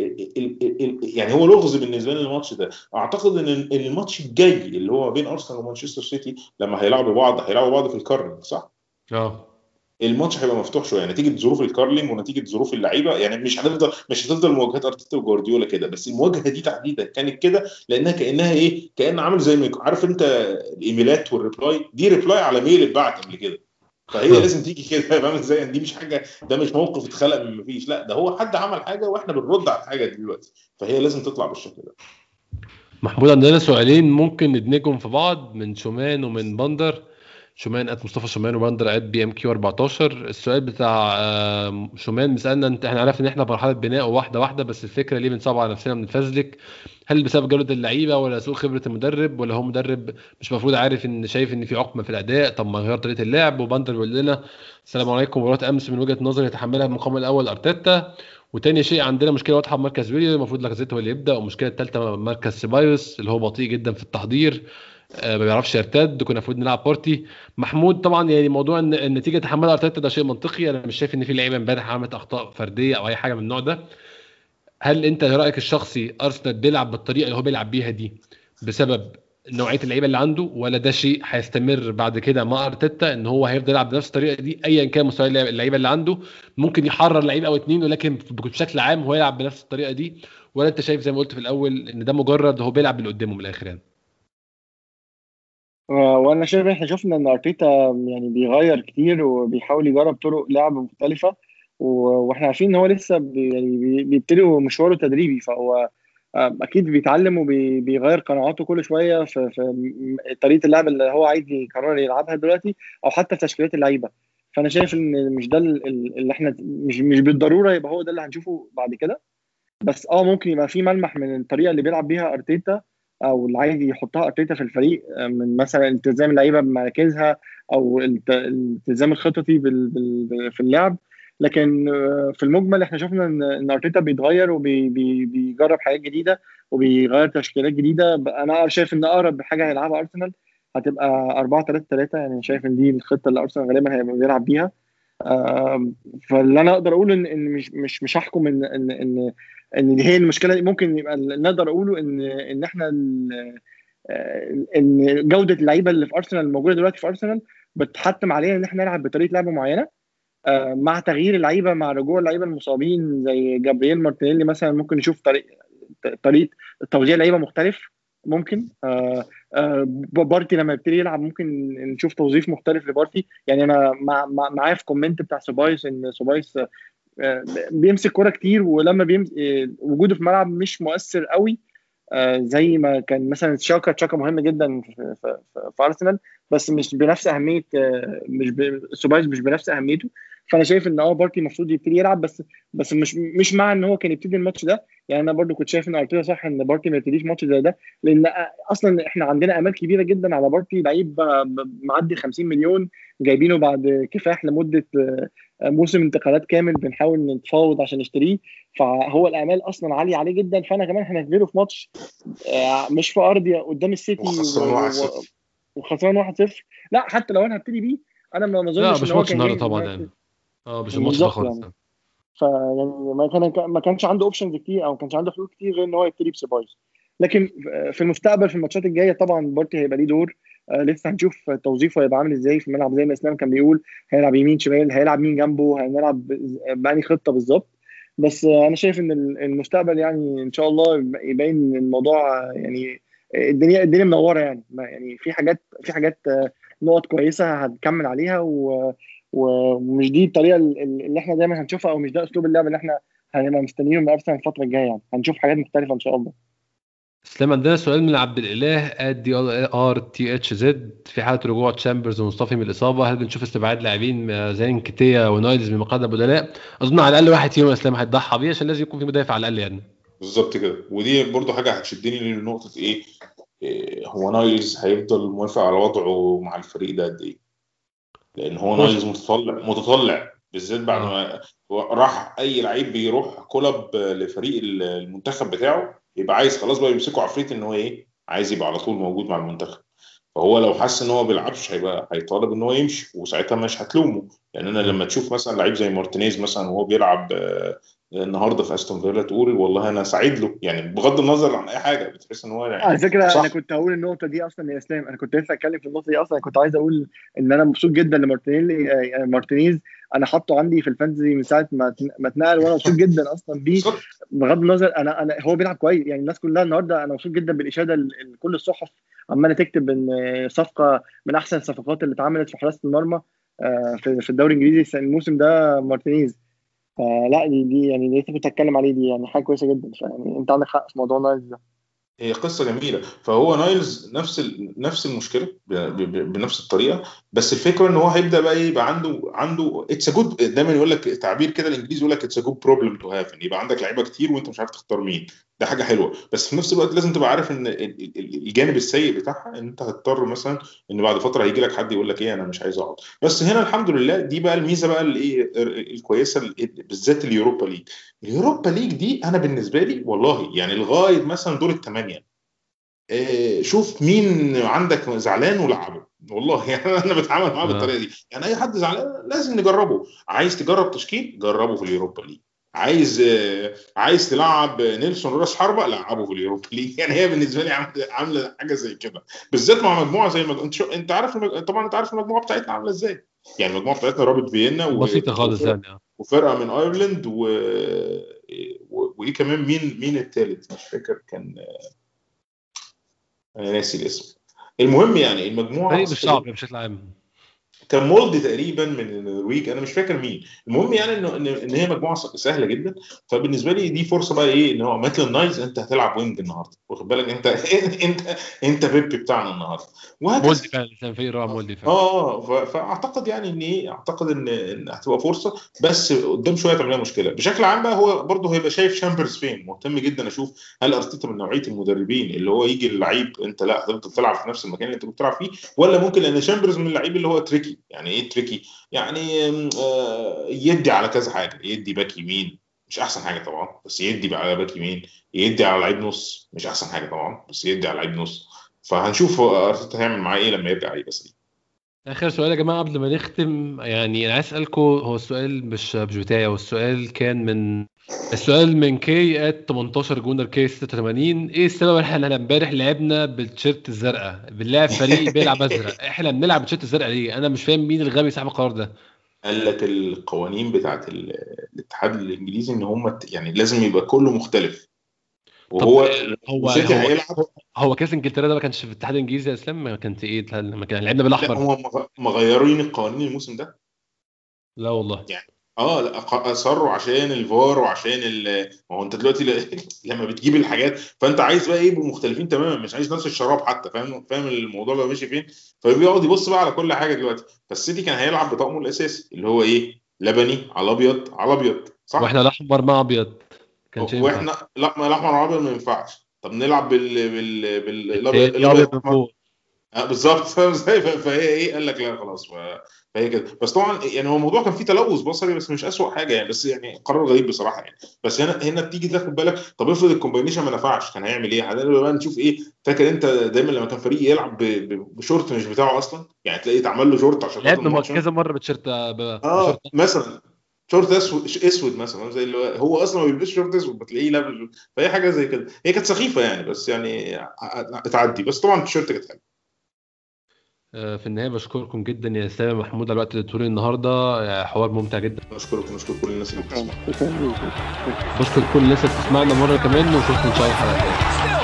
يعني هو لغز بالنسبه لي الماتش ده. اعتقد ان الماتش الجاي اللي هو بين ارسنال ومانشستر سيتي لما هيلعبوا بعض في الكارنج صح؟ الماتش هيبقى مفتوح شويه نتيجه ظروف الكارلينج ونتيجه ظروف اللعيبه. يعني مش هتفضل مواجهات ارتيتا وجوارديولا كده، بس المواجهه دي تحديدا كانت كده لانها كانها ايه، كان عامل زي ما عارف انت الايميلات والريبلاي دي ريبلاي على ميل اتبعت قبل كده، فهي لازم تيجي كده. فاهم ازاي؟ دي مش حاجه، ده مش موقف اتخلق من مفيش، لا ده هو حد عمل حاجه واحنا بنرد على الحاجه دي دلوقتي، فهي لازم تطلع بالشكل ده. محمود عندنا سؤالين ممكن ندمجهم في بعض من شومان ومن بندر. شومان مصطفى شومان وبندر BMQ 14. السؤال بتاع شومان بيسالنا احنا عارف ان احنا في مرحله بناء واحده واحده، بس الفكره ليه بنصعب على نفسنا بنفزلك؟ هل بسبب جوده اللعيبه ولا سوء خبره المدرب، ولا هو مدرب مش المفروض عارف ان شايف ان في عقم في الاداء؟ طب ما غير طريقه اللعب. وبندر بيقول لنا السلام عليكم، مباراه امس من وجهه نظري يتحملها المقام الاول ارتيتا، وتاني شيء عندنا مشكله واضحه بمركز ويليام المفروض لاكازيت هو اللي يبدا، والمشكله الثالثه مركز سيبايوس اللي هو بطيء جدا في التحضير، ما بيعرفش يرتد، كنا المفروض نلعب بارتي. محمود طبعا يعني موضوع ان النتيجه تحملها ارتيتا ده شيء منطقي، انا مش شايف ان في لعيبه امبارح عملت اخطاء فرديه او اي حاجه من النوع ده. هل انت رايك الشخصي ارسنال بيلعب بالطريقه اللي هو بيلعب بيها دي بسبب نوعيه اللعيبه اللي عنده، ولا ده شيء هيستمر بعد كده مع ارتيتا ان هو هيفضل يلعب بنفس الطريقه دي ايا كان مستوى اللعيبه اللي عنده؟ ممكن يحرر لعيب او اتنين ولكن بشكل عام هو يلعب بنفس الطريقه دي، ولا انت شايف زي ما قلت في الاول ان ده مجرد هو بيلعب اللي قدامه من الاخر يعني؟ وانا شايف احنا شفنا ان ارتيتا يعني بيغير كتير وبيحاول يجرب طرق لعب مختلفه، واحنا عارفين ان هو لسه يعني بيبتدي مشواره التدريبي، فهو اكيد بيتعلم وبيغير قناعاته كل شويه في طريقه اللعب اللي هو عايز يقرر يلعبها دلوقتي، او حتى في تشكيلات اللعيبه. فانا شايف ان مش ده اللي احنا مش بالضروره يبقى هو ده اللي هنشوفه بعد كده، بس ممكن يبقى في ملمح من الطريقه اللي بيلعب بيها ارتيتا او اللي عايز يحطها ارتيتا في الفريق، من مثلا التزام اللعيبه بمراكزها او الالتزام الخططي في اللعب. لكن في المجمل احنا شفنا ان ارتيتا بيتغير وبيجرب حاجات جديده وبيغير تشكيلات جديده. انا شايف ان اقرب حاجه هيلعبها ارسنال هتبقى 4-3-3، يعني شايف ان دي الخطه اللي ارسنال غالبا هيبقى بيلعب بيها. فاللي انا اقدر اقوله ان مش هحكم ان دي هي المشكله. ممكن يبقى اللي نقدر اقوله ان احنا ان جوده اللعيبه اللي في ارسنال الموجوده دلوقتي في ارسنال بتحتم علينا ان احنا نلعب بطريقه لعب معينه، مع تغيير اللعيبه، مع رجوع اللعيبه المصابين زي جابرييل مارتينيلي مثلا. ممكن نشوف طريقه توزيع لعيبه مختلف. ممكن بارتي لما يبتدي يلعب ممكن نشوف توظيف مختلف لبارتي. يعني انا معايا في كومنت بتاع سوبايس ان سوبايس بيمسك كوره كتير، ولما وجوده في الملعب مش مؤثر قوي زي ما كان مثلا تشاكا مهم جدا في ارسنال، بس مش بنفس اهميه سوبايس مش بنفس اهميته. فانا شايف ان بارتي المفروض يبتدي يلعب، بس مش مع ان هو كان يبتدي الماتش ده. يعني انا برضو كنت شايف ان ارتيتا صح ان بارتي ما يبتديش ماتش زي ده، لان اصلا احنا عندنا امال كبيره جدا على بارتي، لعيب معدي 50 مليون جايبينه بعد كفاح لمده موسم انتقالات كامل بنحاول نتفاوض عشان نشتريه، فهو الامال اصلا عاليه عليه جدا. فانا كمان هنجبره في ماتش مش في ارضي قدام السيتي وخسران 1-0. لا حتى لو انا هبتدي بيه انا ما لا اظنش ان مش هو ماتش كان النهارده جاهز طبعا يعني. مش الماتش ده بالظبط خالص يعني. فيعني ما كانش عنده اوبشنز كتير او ما كانش عنده حلول كتير غير ان هو يبتدي بسيبايوس. لكن في المستقبل في الماتشات الجايه طبعا بارتي هيبقى ليه دور، لسه هنشوف توظيفه هيبقى عامل ازاي في الملعب، زي ما اسلام كان بيقول هيلعب يمين شمال، هيلعب مين جنبه، هنلعب بأني خطه بالظبط. بس انا شايف ان المستقبل يعني ان شاء الله يبين إن الموضوع يعني الدنيا منوره يعني، يعني في حاجات نقط كويسه هنكمل عليها، ومش دي الطريقه اللي احنا دايما هنشوفها، او مش ده اسلوب اللعب اللي احنا هنبقى مستنيينه من ارسنال الفتره الجايه. يعني هنشوف حاجات مختلفه ان شاء الله. اسلام، عندنا سؤال من عبد الاله DRTHZ. في حاله رجوع تشامبرز ومصطفي من الاصابه، هل بنشوف استبعاد لاعبين زي نكيتيا ونايلز من مقاعد البدلاء؟ اظن على الاقل واحد فيهم اسلام هيضحى بيه، عشان لازم يكون في مدافع على الاقل يعني. بالظبط كده. ودي برضو حاجه هتشدني لنقطه ايه، هو نايلز هيفضل موافق على وضعه مع الفريق ده قد ايه؟ لان هو بص، نايلز متطلع بالذات بعد ما راح اي لعيب بيروح كولب لفريق المنتخب بتاعه يبقى عايز خلاص بقى يمسكوا عفريت ان هو ايه، عايز يبقى على طول موجود مع المنتخب. فهو لو حس ان هو ما بيلعبش هيطالب ان هو يمشي، وساعتها مش هتلومه. لان انا لما تشوف مثلا لعيب زي مارتينيز مثلا وهو بيلعب النهارده في استون فيلا، تقول والله انا سعيد له يعني، بغض النظر عن اي حاجه بتحس ان هو على يعني فكره انا صح. كنت هقول النقطه دي اصلا يا اسلام، انا كنت لسه اتكلم في النقطه دي اصلا. كنت عايز اقول ان انا مبسوط جدا مارتينيز. انا حاطه عندي في الفانتزي من ساعه ما اتنقل، وانا مبسوط جدا اصلا بيه. بالظبط. بغض النظر انا هو بيلعب كويس يعني. الناس كلها النهارده انا مبسوط جدا بالاشاده كل الصحف عماله تكتب ان صفقه من احسن الصفقات اللي اتعملت في حراسه المرمى في الدوري الانجليزي الموسم ده مارتينيز. لا دي يعني اللي انت كنت هتكلم عليه دي يعني حاجه كويسه جدا. يعني انت عندك حق في موضوع نايلز ده. هي قصه جميله. فهو نايلز نفس المشكله بنفس الطريقه. بس الفكره ان هو هيبدا بقى يبقى عنده اتس جود. دايما يقول لك تعبير كده الانجليزي يقول لك اتس جود بروبلم تو هاف، ان يبقى عندك لعيبه كتير وانت مش عارف تختار مين. ده حاجه حلوه، بس في نفس الوقت لازم تبقى عارف ان الجانب السيء بتاعها ان انت هتضطر مثلا ان بعد فتره هيجي لك حد يقول لك ايه انا مش عايز اقعد. بس هنا الحمد لله دي بقى الميزه بقى الايه الكويسه، بالذات اليوروبا ليج دي انا بالنسبه لي والله يعني لغايه مثلا دور الثمانيه شوف مين عندك زعلان ولعبه. والله يعني انا بتعامل معاه بالطريقه دي. يعني اي حد زعلان لازم نجربه. عايز تجرب تشكيل جربه في اليوروبا ليج. عايز تلعب نيلسون راس حربه لعبه في اليوروبا ليج. يعني هي بالنسبه لي عامله حاجه زي كده، بالذات مع مجموعه زي انت عارف طبعا انت عارف المجموعه بتاعتنا عامله ازاي. يعني المجموعه بتاعتنا رابط فيينا بسيطه خالص يعني. وفرقه من ايرلند وايه كمان، مين الثالث مش فاكر كان، انا ناسي الاسم. المهم يعني المجموعه فريق مش صعب بشكل عام. كان مولد تقريبا من النرويج، انا مش فاكر مين. المهم يعني ان هي مجموعه سهله جدا. فبالنسبه لي دي فرصه بقى ايه، ان هو ماتل نايلز انت هتلعب وينج النهارده، واخد بالك انت انت بيب بتاعنا النهارده وهكذا. مولدي فعلا، كان فريق رائع مولدي فعلا. فاعتقد يعني ان ايه، اعتقد ان هتبقى فرصه، بس قدام شويه تعملها مشكله. بشكل عام بقى هو برضه هيبقى شايف شامبرز فين، مهتم جدا اشوف هل ارتيتا من نوعيه المدربين اللي هو يجي اللعيب انت لا هتفضل تلعب في نفس المكان اللي انت كنت بتلعب فيه، ولا ممكن لان شامبرز من اللعيب اللي هو تريكي. يعني ايه تريكي؟ يعني يدي على كذا حاجه، يدي باك يمين مش احسن حاجه طبعا بس يدي بقى على باك يمين، يدي على لعيب نص مش احسن حاجه طبعا بس يدي على لعيب نص. فهنشوف ارتيتا هيعمل معاه ايه لما يرجع يبقى سليم. اخر سؤال يا جماعه قبل ما نختم، يعني انا عايز اسالكم، هو السؤال مش بتاعي، هو السؤال من كي ات 18 جونر كي 86. ايه السبب احنا امبارح لعبنا بالتيشيرت الزرقاء، بنلعب فريق بيلعب ازرق، احنا بنلعب بالتيشيرت الزرقاء ليه؟ انا مش فاهم مين الغبي صاحب القرار ده. قال لك القوانين بتاعت الاتحاد الانجليزي ان هم يعني لازم يبقى كله مختلف. طب وهو هو وسيتي هو هيلعب. هو كاس انجلترا ده ما كانش في الاتحاد الانجليزي يا اسلام؟ ما كانت ايه لما كان لعبنا لا بالاحمر؟ هم مغيرين القوانين الموسم ده. لا والله. يعني لا اصروا عشان الفار وعشان ما هو انت دلوقتي لما بتجيب الحاجات فانت عايز بقى ايه يبقوا مختلفين تماما، مش عايز نفس الشراب حتى. فاهم الموضوع بقى ماشي فين. فبيقعد يبص بقى على كل حاجه دلوقتي. فالسيتي كان هيلعب بطقمه الاساسي اللي هو ايه، لبني على ابيض على ابيض واحنا صح. الاحمر مع ابيض، كانش ينفع. واحنا لا، ما الاحمر والابيض ما ينفعش. طب نلعب التاني الابيض ابيض من الاحمر. فوق. بالظبط فاهم ازاي. فهي ايه، قال لك لا خلاص فهي كده. بس طبعا يعني هو الموضوع كان فيه تلوث بصري بس مش اسوأ حاجه يعني، بس يعني قرار غريب بصراحه يعني. بس هنا بتيجي تاخد بالك، طب افرض الكومباينيشن ما نفعش كان هيعمل ايه؟ هنبقى بقى نشوف ايه. فاكر انت دايما لما كان فريق يلعب بشورت مش بتاعه اصلا، يعني تلاقيه اتعمل له شورت عشان خاطر لعبنا الماتش كذا مره بشورت. مثلا شورت اسود مثلا زي اللي هو اصلا ما بيلبسش شورت اسود بتلاقيه لابس. فهي حاجه زي كده، هي كانت سخيفه يعني بس يعني اتعدي. بس طبعا التيشيرت كانت حلوه. في النهايه بشكركم جدا يا اسلام محمود على الوقت اللي طول النهارده، حوار ممتع جدا. اشكركم ونشكر كل الناس اللي بتسمع. بشكر كل الناس اللي بتسمعنا مره كمان، واشوفكم ان شاء الله الحلقه الجايه.